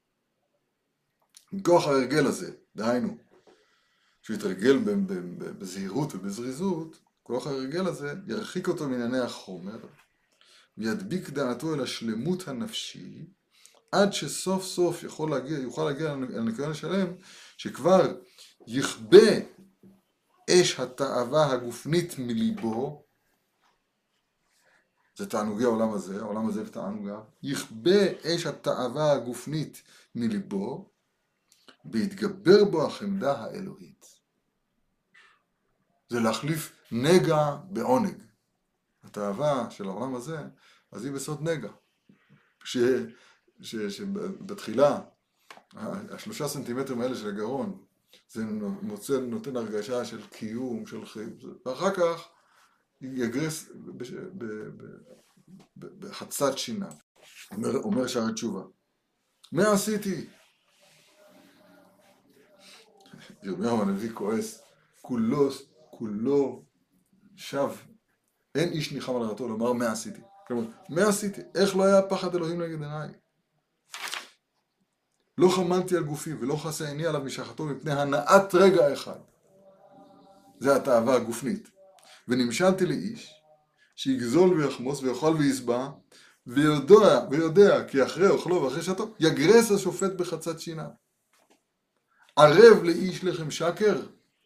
מכוח ההרגל הזה, דהיינו, שהוא יתרגל בזהירות ובזריזות, כוח ההרגל הזה ירחיק אותו מענייני החומר, וידביק דעתו אל השלמות הנפשי, עד שסוף סוף יוכל להגיע לניקיון השלם, שכבר יכבה אש התאווה הגופנית מליבו, זה תענוגי העולם הזה ותענוגיו, יכבה אש התאווה הגופנית מליבו, והתגבר בו החמדה האלוהית. זה להחליף נגע בעונג. התאווה של העולם הזה, אז היא בסוד נגע. שבתחילה, 3 סנטימטרים האלה של הגרון, זה נותן הרגשה של קיום, של חיים, ואחר כך יגרס בחצת שיניו. אומר שער התשובה, מה עשיתי? ירמיהו הנביא כועס, כולו שב, אין איש ניחם על רעתו לומר מה עשיתי. כלומר, מה עשיתי? איך לא היה פחד אלוהים נגד עיניי? לא חמנתי על גופי ולא חסה עיני עליו משחתו מפני הנעת רגע אחד. זה התאווה הגופנית. ונמשלתי לאיש שיגזול ויחמוס ויאכל ויסבע ויודע כי אחרי אוכלו ואחרי שתו יגרס השופט בחצת שיניו. ערב לאיש לחם שקר.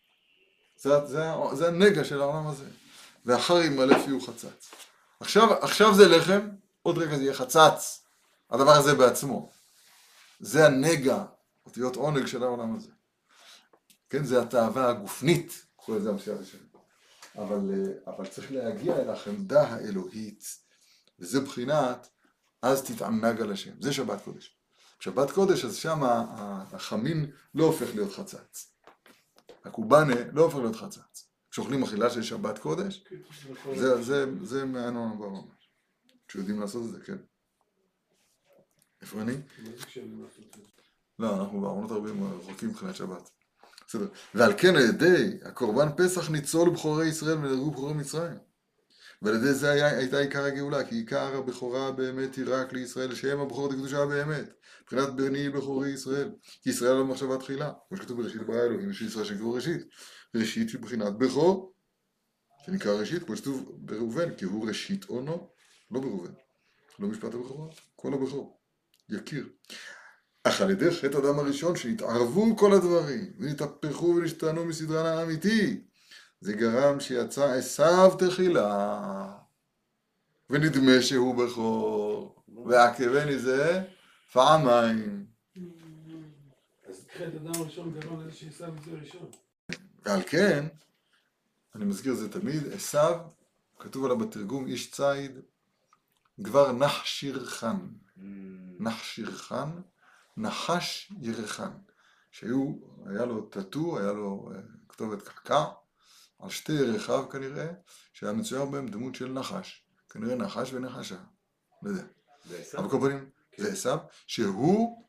זה הנגע של העולם הזה. ואחר ימלא פיהו חצץ. עכשיו זה לחם, עוד רגע זה יהיה חצץ. הדבר הזה בעצמו. זה הנגע, אותיות עונג של העולם הזה. כן, זה התאווה הגופנית, כל זה המסיעת השם. אבל צריך להגיע אל החמדה האלוהית, וזה בחינת, אז תתענג על השם. זה שבת קודש. שבת קודש, אז שם החמין לא הופך להיות חצץ. הקובאנה לא הופך להיות חצץ. כשאוכלים אכילה של שבת קודש, זה מעניין בעולם. כשיודעים לעשות את זה, כן. איפה אני? לא, אנחנו בארונות הרבים רחוקים מבחינת שבת. בסדר. ועל כן על ידי הקורבן פסח ניצול בחורי ישראל ונהרגו בחורי מצרים. ועל ידי זה הייתה עיקר הגאולה, כי עיקר הבכורה באמת היא רק לישראל, שהם הבכורת הקדושה באמת. מבחינת בני בכורי ישראל, כי ישראל לא מחשבה תחילה. כמו שכתוב בראשית ברא אלוהים, של ישראל שקראו ראשית. ראשית של בחינת בכור, שנקרא ראשית, כמו שכתוב בראובן, כי הוא ראשית עונו, לא בראובן. לא משפט הבכורה, כל הבכור. יכיר. אך על ידי חטא אדם הראשון שהתערבו כל הדברים ונתהפכו ונשתנו מסדרן האמיתי, זה גרם שיצא עשיו תחילה ונדמה שהוא בכור ועקבני זה פעמיים. אז חטא אדם הראשון גרם לזה שעשיו זה ראשון. ועל כן, אני מזכיר זה תמיד, עשיו, כתוב עליו בתרגום איש ציד, כבר נחשירכן. נחשירכן, נחש ירחן. היה לו טאטו, היה לו כתובת קעקע, על שתי ירחיו כנראה, שהיה מצויר בהם דמות של נחש. כנראה נחש ונחשה. לא יודע. אבל כל פנים, זה עשיו, שהוא,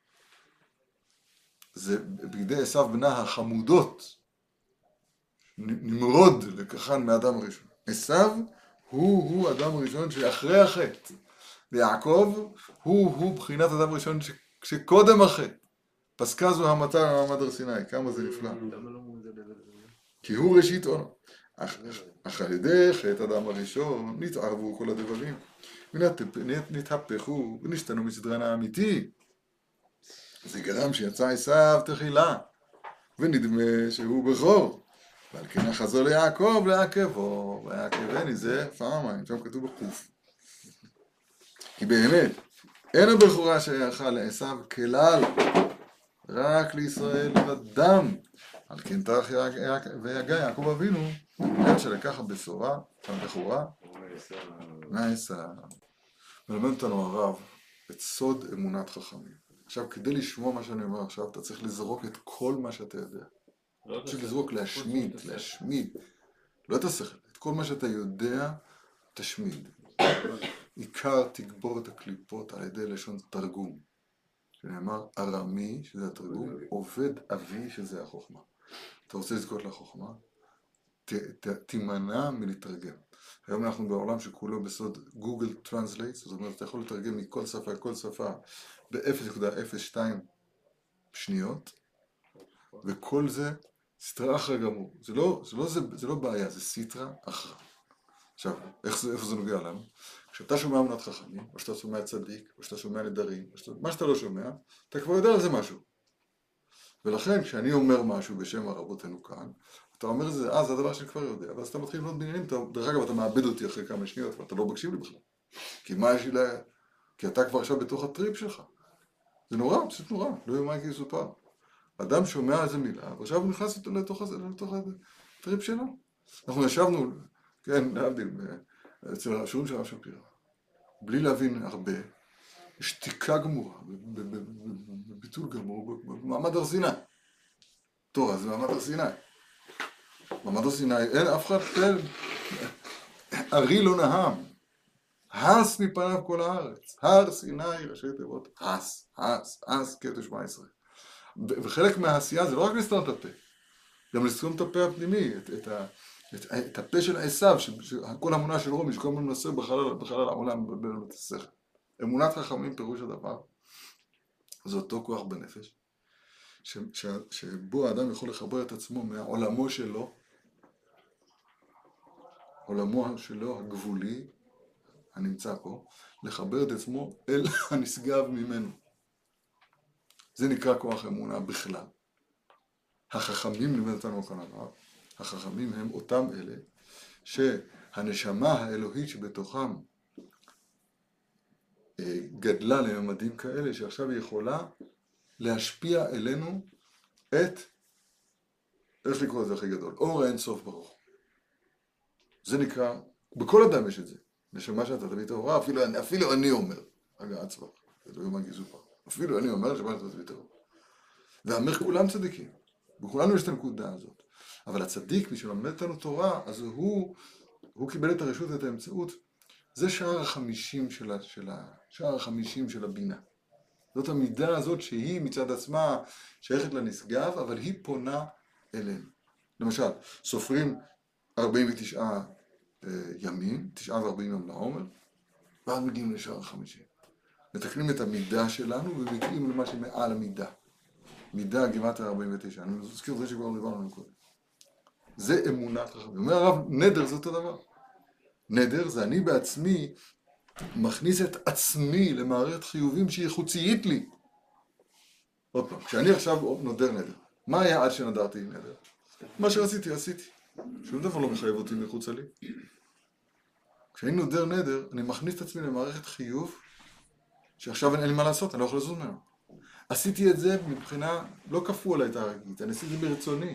זה בגדי עשיו בנה החמודות, נמרוד לקחן מאדם הראשון. עשיו הוא אדם הראשון שאחרי החטא. ויעקב הוא בחינת אדם ראשון שקודם החטא. פסקה זו המתה למעמד הר סיני, כמה זה נפלא. כי הוא ראשית עונו. אך על ידי חטא אדם הראשון נתערבו כל הדברים. ונתהפכו ונשתנו מסדרן האמיתי. זה גרם שיצא עשיו תחילה, ונדמה שהוא בכור. ועל כן אחזו ליעקב לעכבו, ויעכבני זה פעמיים, שם כתוב בחוף. כי באמת, אין הבכורה שייכה לעשיו כלל, רק לישראל לבדם. על כן טרח ויגע יעקב אבינו, עד שלקח הבשורה, הבכורה, מעשיו. מלמד אותנו הרב את סוד אמונת חכמים. עכשיו, כדי לשמוע מה שאני אומר עכשיו, אתה צריך לזרוק את כל מה שאתה יודע. צריך לזרוק, להשמיד. לא את השכל, את כל מה שאתה יודע, תשמיד. עיקר תגבור את הקליפות על ידי לשון תרגום. שנאמר ארמי, שזה התרגום, עובד אבי, שזה החוכמה. אתה רוצה לזכות לחוכמה? תימנע מלתרגם. היום אנחנו בעולם שכולו בסוד גוגל טרנסלייט, זאת אומרת, אתה יכול לתרגם מכל שפה לכל שפה ב-0.02 שניות, וכל זה סטרה אחרה גמור. זה לא בעיה, זה סטרה אחרה. עכשיו, איפה זה נוגע לנו? כשאתה שומע אמונת חכמים, או שאתה שומע צדיק, או שאתה שומע נדרים, מה שאתה לא שומע, אתה כבר יודע על זה משהו. ולכן, כשאני אומר משהו בשם הרבותינו כאן, אתה אומר את זה, זה הדבר שאני כבר יודע, ואז אתה מתחיל לבנות בעניינים, דרך אגב, אתה מאבד אותי אחרי כמה שניות, ואתה לא מקשיב לי בכלל. כי מה יש לי כי אתה כבר עכשיו בתוך הטריפ שלך. זה נורא, פשוט נורא, לא יאומן כי יסופר. אדם שומע איזה מילה, ועכשיו הוא נכנס לתוך הטריפ שלו. אנחנו ישבנו, כן, להבדיל, אצל השיעורים של הרב שפירא, בלי להבין הרבה, שתיקה גמורה, בביטול גמור, במעמד הר סיני. תורה זה מעמד הר סיני. מעמד הר סיני, אין אף אחד, ארי לא נהם. הס מפניו כל הארץ. הר סיני, ראשי תיבות, הס, קטע 17. וחלק מהעשייה זה לא רק לסתום את הפה, גם לסתום את הפה הפנימי, את הפה של עשיו, שכל אמונה של רומי, שכל הזמן מנסה בחלל העולם מבלבל את השכל. אמונת חכמים פירוש הדבר, זה אותו כוח בנפש, שבו האדם יכול לחבר את עצמו מהעולמו שלו, עולמו שלו הגבולי, הנמצא פה, לחבר את עצמו אל הנשגב ממנו. זה נקרא כוח אמונה בכלל. החכמים לימד אותנו כאן הרב, החכמים הם אותם אלה שהנשמה האלוהית שבתוכם גדלה לממדים כאלה שעכשיו היא יכולה להשפיע אלינו את, איך לקרוא את זה הכי גדול? אור האין סוף ברוך. זה נקרא, בכל אדם יש את זה. נשמה שאתה תביא את האורה, אפילו אני אומר, רגע, עצבך, זה לא יאומן כי יסופר. אפילו אני אומר שמה שאתה תביא את האורה. ואמר כולם צדיקים, בכולנו יש את הנקודה הזאת. אבל הצדיק, מי שלומד אותנו תורה, אז הוא קיבל את הרשות ואת האמצעות. זה שער החמישים שער החמישים של הבינה. זאת המידה הזאת שהיא מצד עצמה שייכת לנשגב, אבל היא פונה אלינו. למשל, סופרים 49 ימים, 49 יום לעומר, ואז מגיעים לשער החמישים. מתקנים את המידה שלנו ומגיעים למה שמעל המידה. מידה גימטריה 49. אני מזכיר את זה שכבר דיברנו לנו קודם. זה אמונת חכמים. אומר הרב, נדר זה אותו דבר. נדר זה אני בעצמי מכניס את עצמי למערכת חיובים שהיא חוציית לי. עוד פעם, כשאני עכשיו נודר נדר, מה היה עד שנדרתי עם נדר? מה שרציתי, עשיתי. שום דבר לא מחייב אותי מחוצה לי. כשאני נודר נדר, אני מכניס את עצמי למערכת חיוב שעכשיו אין לי מה לעשות, אני לא יכול לזוז ממנו. עשיתי את זה מבחינה, לא כפו עליי את הרגית, אני עשיתי את זה ברצוני.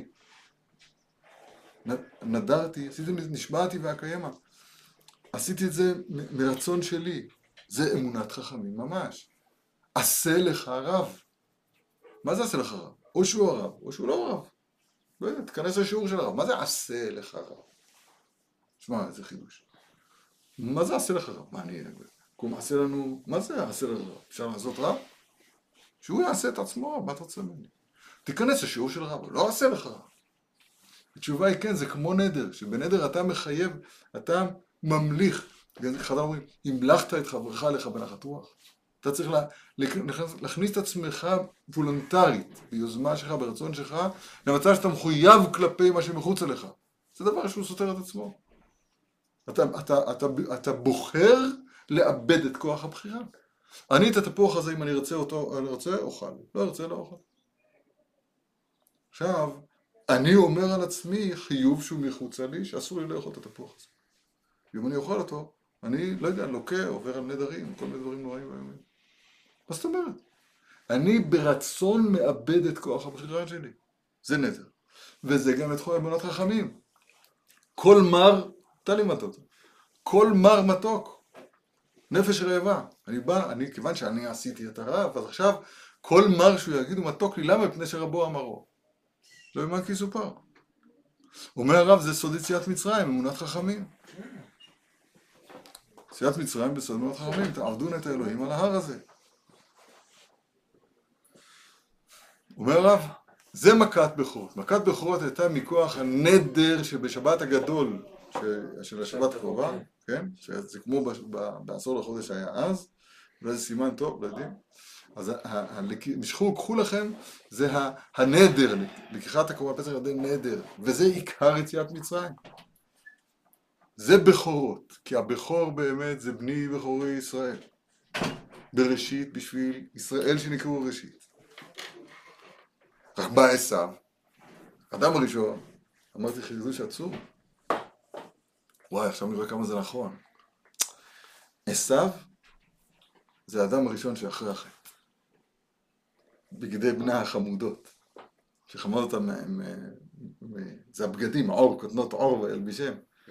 נדרתי, נשבעתי והקיימה. עשיתי את זה מרצון שלי. זה אמונת חכמים ממש. עשה לך רב. מה זה עשה לך רב? או שהוא הרב, או שהוא לא הרב. באמת, תכנס לשיעור של הרב. מה זה עשה לך רב? שמע, איזה חידוש. מה זה עשה לך רב? מה אני... קום עשה לנו... מה זה עשה לך רב? אפשר לעשות רב? שהוא יעשה את עצמו, מה אתה רוצה ממני? תיכנס לשיעור של רב, לא עשה לך רב. התשובה היא כן, זה כמו נדר, שבנדר אתה מחייב, אתה ממליך. אחד אומרים, המלכת את חברך לך בנחת רוח. אתה צריך להכניס את עצמך וולונטרית, ביוזמה שלך, ברצון שלך, למצב שאתה מחויב כלפי מה שמחוץ אליך. זה דבר שהוא סותר את עצמו. אתה בוחר לאבד את כוח הבחירה. אני את התפוח הזה, אם אני ארצה אותו, אני ארצה, אוכל. לא ארצה, לא אוכל. עכשיו, אני אומר על עצמי חיוב שהוא מחוצה לי, שאסור לי לאכול את התפוח הזה. אם אני אוכל אותו, אני, לא יודע, לוקה, עובר על נדרים, כל מיני דברים נוראים והיומים. מה זאת אומרת? אני ברצון מאבד את כוח הבחירה שלי. זה נדר. וזה גם את אמונת חכמים. כל מר, אתה לימדת אותו. כל מר מתוק. נפש רעבה. כיוון שאני עשיתי את הרב, אז עכשיו כל מר שהוא יגיד הוא מתוק לי, למה? מפני שרבו אמרו. לא יאמן כי יסופר. אומר הרב, זה סוד יציאת מצרים, אמונת חכמים. יציאת מצרים בסוד אמונת חכמים, תעבדון את האלוהים על ההר הזה. אומר הרב, זה מכת בכורות. מכת בכורות הייתה מכוח הנדר שבשבת הגדול של השבת הקרובה, כן? שזה כמו בעשור לחודש היה אז, ואיזה סימן טוב, לא יודעים. אז משכו, קחו לכם, זה הנדר, לקיחת הקרובה פסח ידי נדר, וזה עיקר יציאת מצרים. זה בכורות, כי הבכור באמת זה בני בכורי ישראל. בראשית בשביל ישראל שנקראו ראשית. רק בא עשיו, אדם הראשון, אמרתי חידוש עצום. וואי, עכשיו נראה כמה זה נכון. עשיו זה האדם הראשון שאחרי החטא. בגדי בנה החמודות. שחמוד אותם זה הבגדים, עור, כותנות עור וילבישם.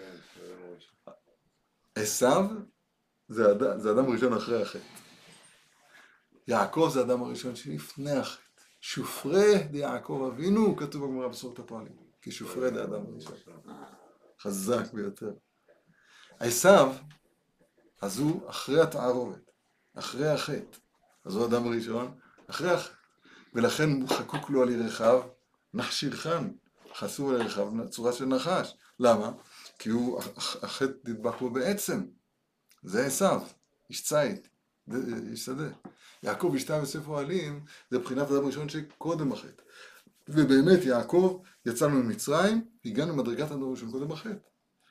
עשיו זה האדם הראשון אחרי החטא. יעקב זה האדם הראשון שלפני החטא. שופרי דיעקב אבינו, כתוב בגמרא בסורת הפועלים. כי שופרי די האדם הראשון. חזק ביותר. עשיו, אז הוא אחרי התערובת, אחרי החטא. אז הוא האדם הראשון, אחרי החטא. ולכן הוא חקוק לו על ירחיו, נחשירכן, חסו על ירחיו בצורה של נחש. למה? כי הוא, החטא נדבק בו בעצם. זה עשיו, איש ציד, איש שדה. יעקב השתא בספר אוהלים, זה בחינת האדם הראשון שקודם החטא. ובאמת יעקב יצאנו ממצרים, הגענו למדרגת האדם הראשון קודם החטא.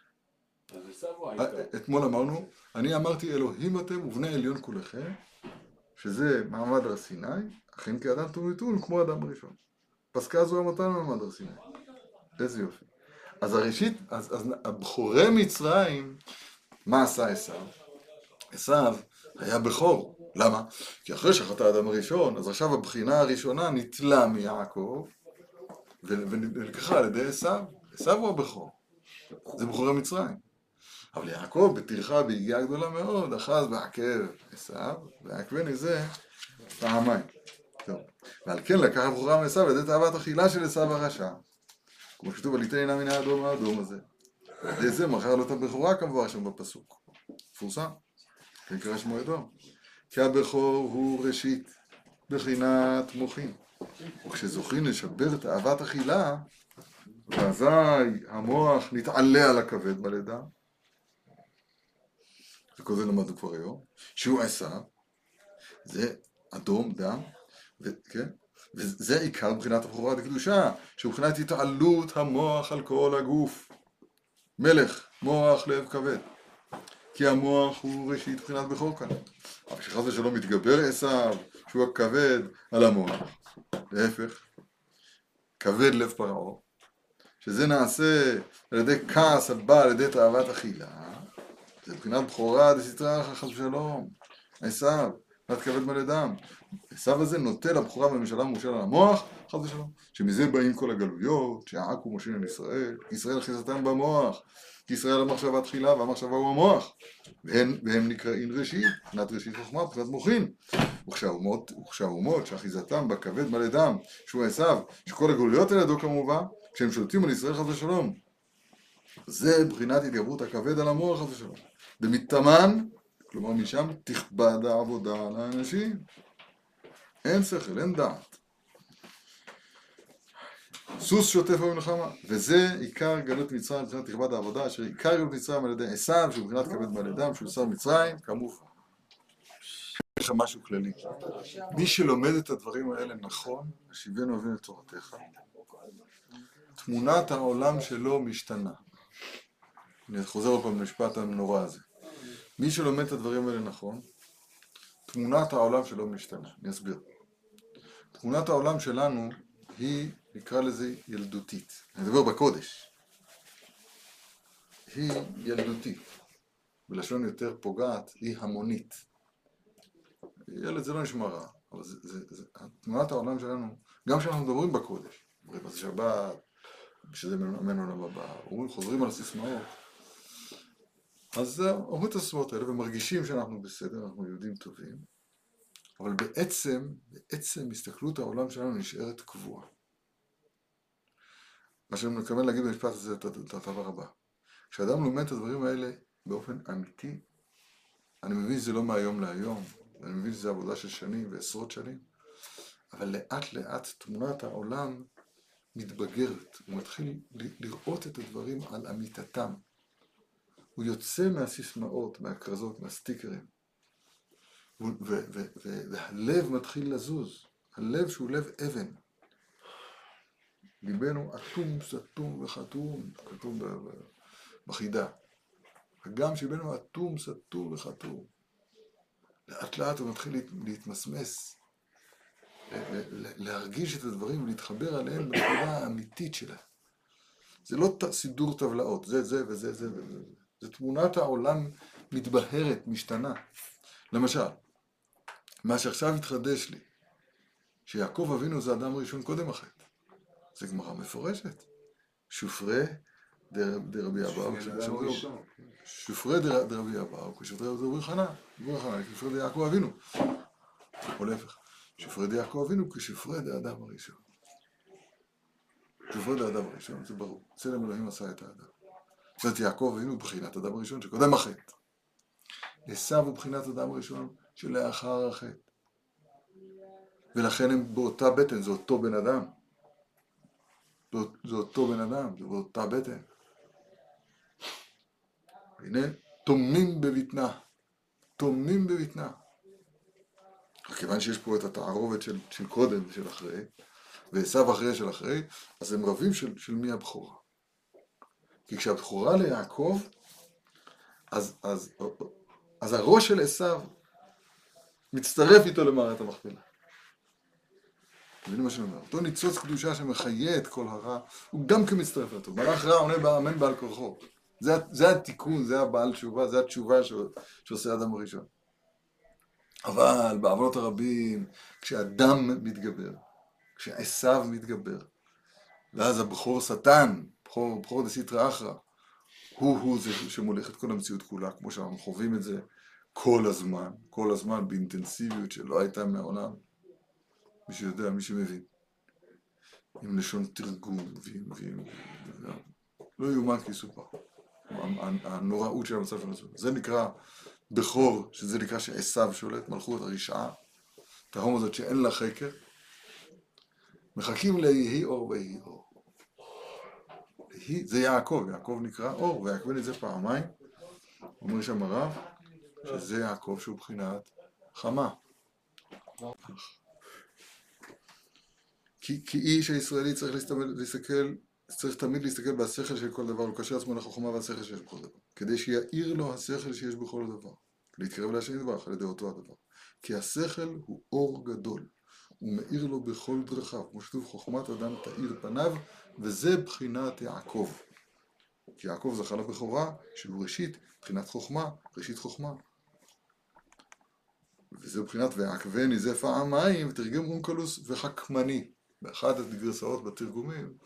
אתמול אמרנו, אני אמרתי אלוהים אתם ובני עליון כולכם, שזה מעמד הר סיני, אכן כאדם תוריתון כמו האדם הראשון. פסקה זו המתן מעמד הר סיני. איזה יופי. אז הראשית, אז הבכורי מצרים, מה עשה עשיו? עשיו היה בכור. למה? כי אחרי שחטא האדם הראשון, אז עכשיו הבחינה הראשונה ניטלה מיעקב, ונלקחה על ידי עשיו. עשיו הוא הבכור. זה בכורי מצרים. אבל יעקב בטרחה בהגיעה גדולה מאוד, אחז בעקב עשיו, ועקבני זה פעמיים. טוב. ועל כן לקח בכורה מעשיו על ידי תאוות אכילה של עשיו הרשע. כמו שכתוב, וליתן עינה מן האדום האדום הזה. ועל ידי זה מכר לו את הבכורה כמובן שם בפסוק. מפורסם. כן קרא שמו אדום. כי הבכור הוא ראשית, בחינת מוחין. וכשזוכים לשבר את אהבת אכילה, ואזי המוח נתעלה על הכבד בלידה. וכל זה למדנו כבר היום. שהוא עשיו, זה אדום, דם, כן? וזה עיקר מבחינת הבכורה דקדושה, שהוא מבחינת התעלות המוח על כל הגוף. מלך, מוח, לב, כבד. כי המוח הוא ראשית מבחינת בכור כאן. אבל שחס ושלום מתגבר עשיו, שהוא הכבד על המוח. להפך, כבד לב פרעה, שזה נעשה על ידי כעס הבא, על ידי תאוות אכילה. זה מבחינת בכורה דסתרא אחא חס ושלום. עשיו, בחינת כבד מלא דם. עשיו הזה נוטה לבכורה והממשלה מושל על המוח, חס ושלום, שמזה באים כל הגלויות, שעקו מושל על ישראל, כי ישראל אחיזתם במוח, כי ישראל המחשבה תחילה והמחשבה הוא המוח, והם נקראים ראשית, בחינת ראשית חוכמה, בחינת מוחין. וכשהאומות שאחיזתם בכבד מלא דם, שהוא עשיו, שכל הגלויות על ידו כמובן, כשהם שולטים על ישראל חס ושלום, זה בחינת התגברות הכבד על המוח חס ושלום. דמתמן, כלומר משם תכבד העבודה על האנשים. אין שכל, אין דעת. סוס שוטף במלחמה, וזה עיקר גלות מצרים מבחינת תכבד העבודה, אשר עיקר גלות מצרים על ידי עשיו, שהוא מבחינת כבד מלא דם, שהוא שר מצרים, כמובן. יש לך משהו כללי. מי שלומד את הדברים האלה נכון, השיבנו אבינו את תורתך, תמונת העולם שלו משתנה. אני חוזר עוד פעם למשפט הנורא הזה. מי שלומד את הדברים האלה נכון, תמונת העולם שלו משתנה. אני אסביר. תמונת העולם שלנו היא, נקרא לזה, ילדותית. אני מדבר בקודש. היא ילדותית. בלשון יותר פוגעת, היא המונית. ילד זה לא נשמע רע, אבל תמונת העולם שלנו, גם כשאנחנו מדברים בקודש, מדברים על שבת, שזה ממנו לבא, חוזרים על הסיסמאות, אז אומרים את הסיסמאות האלה ומרגישים שאנחנו בסדר, אנחנו יהודים טובים, אבל בעצם הסתכלות העולם שלנו נשארת קבועה. מה שאני מתכוון להגיד במשפט הזה את הדבר הבא. כשאדם לומד את הדברים האלה באופן אמיתי, אני מבין שזה לא מהיום להיום, אני מבין שזה עבודה של שנים ועשרות שנים, אבל לאט לאט תמונת העולם מתבגרת, הוא מתחיל לראות את הדברים על אמיתתם. הוא יוצא מהסיסמאות, מהכרזות, מהסטיקרים, והלב מתחיל לזוז, הלב שהוא לב אבן. ליבנו אטום, סתום וחתום, כתוב בחידה. הגם שליבנו אטום, סתום וחתום. לאט לאט הוא מתחיל להתמסמס, להרגיש את הדברים ולהתחבר עליהם בנקודה האמיתית שלהם. זה לא סידור טבלאות, זה וזה וזה. זה תמונת העולם מתבהרת, משתנה. למשל, מה שעכשיו התחדש לי, שיעקב אבינו זה אדם ראשון קודם החטא. זה גמרא מפורשת. שופרי דרבי אבאו, שופרי דרבי אבאו, כשופרי דרבי חנה, כשופרי דיעקב אבינו. או להפך, שופרי דיעקב אבינו כשופרי דאדם הראשון. שופרי דאדם הראשון, זה ברור. צלם אלוהים עשה את האדם. זאת אומרת, יעקב אבינו בחינת אדם הראשון שקודם החטא. עשיו הוא בחינת אדם הראשון שלאחר החטא. ולכן הם באותה בטן, זה אותו בן אדם. זה אותו בן אדם, זה באותה בטן. הנה, תומים בבטנה. תומים בבטנה. כיוון שיש פה את התערובת של קודם ושל אחרי, ועשיו אחרי של אחרי, אז הם רבים של מי הבכורה. כי כשהבכורה ליעקב, אז הראש של עשיו מצטרף איתו למערת המכפלה. מבינים מה שאני אומר? אותו ניצוץ קדושה שמחיה את כל הרע, הוא גם כמצטרף לתו. מלאך רע עונה באמן בעל כורחו. זה התיקון, זה הבעל תשובה, זה התשובה שעושה האדם הראשון. אבל בעוונות הרבים, כשאדם מתגבר, כשעשיו מתגבר, ואז הבכור שטן, בכור דסיטרא אחרא, הוא זה שמוליך את כל המציאות כולה, כמו שאנחנו חווים את זה כל הזמן באינטנסיביות שלא הייתה מעולם. מי שיודע, מי שמבין. עם לשון תרגום, לא יאומן כי יסופר. הנוראות של המצב שלנו. זה נקרא בכור, שזה נקרא שעשיו שולט, מלכות הרשעה, תהום הזאת שאין לה חקר. מחכים ליהי אור ויהי אור. זה יעקב, יעקב נקרא אור, ויעקבן את זה פעמיים. אומר שם הרב, שזה יעקב שהוא בחינת חמה. כי איש הישראלי צריך תמיד להסתכל בשכל של כל דבר, ולקשר עצמו לחוכמה והשכל שיש בכל דבר, כדי שיעיר לו השכל שיש בכל דבר, להתקרב להשם יתברך על ידי אותו הדבר. כי השכל הוא אור גדול, הוא מאיר לו בכל דרכיו, כמו שכתוב חוכמת אדם תאיר פניו, וזה בחינת יעקב. כי יעקב זכה לבכורה, שהוא ראשית, בחינת חוכמה, ראשית חוכמה. וזה מבחינת ועקבני זה פעמיים, ותרגם אונקלוס וחכמני. באחת הגרסאות בתרגומים,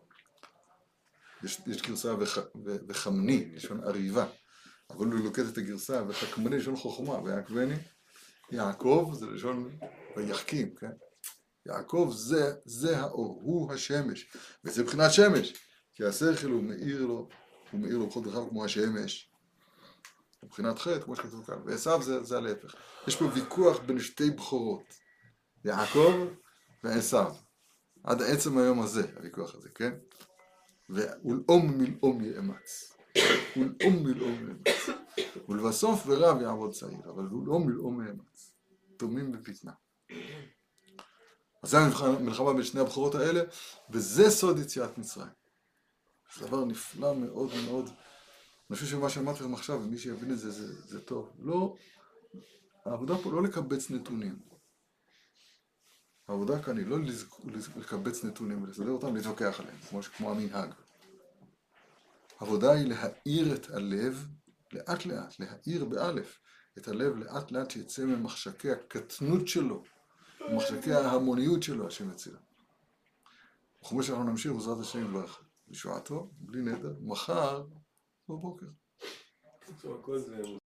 יש גרסה וחמני, לשון עריבה, אבל הוא לוקט את הגרסה וחכמני, לשון חוכמה, ועקבני, יעקב זה לשון ויחכים, כן? יעקב זה האור, הוא השמש, וזה מבחינת שמש, כי השכל הוא מאיר לו בכל דרכיו כמו השמש, מבחינת חטא, כמו שכתוב כאן, ועשיו זה הלהפך. יש פה ויכוח בין שתי בכורות, יעקב ועשיו, עד עצם היום הזה, הוויכוח הזה, כן? ולאום מלאום יאמץ, ולאום מלאום יאמץ, ולבסוף ורב יעבוד צעיר, אבל ולאום מלאום יאמץ, תומים בפתנה. אז זה המלחמה בין שני הבכורות האלה, וזה סוד יציאת מצרים. זה דבר נפלא מאוד מאוד. אני חושב שמה שאמרתי לכם עכשיו, ומי שיבין את זה, זה טוב. לא, העבודה פה לא לקבץ נתונים. העבודה כאן היא לא לקבץ נתונים ולסדר אותם, להתווכח עליהם, כמו המנהג. העבודה היא להאיר את הלב לאט לאט, להאיר באלף את הלב לאט לאט שיצא ממחשקי הקטנות שלו, ממחשקי ההמוניות שלו, השם יצילה. וכמו שאנחנו נמשיך בעזרת השם יתברך בשעתו, בלי נדר, מחר בבוקר. הכל זה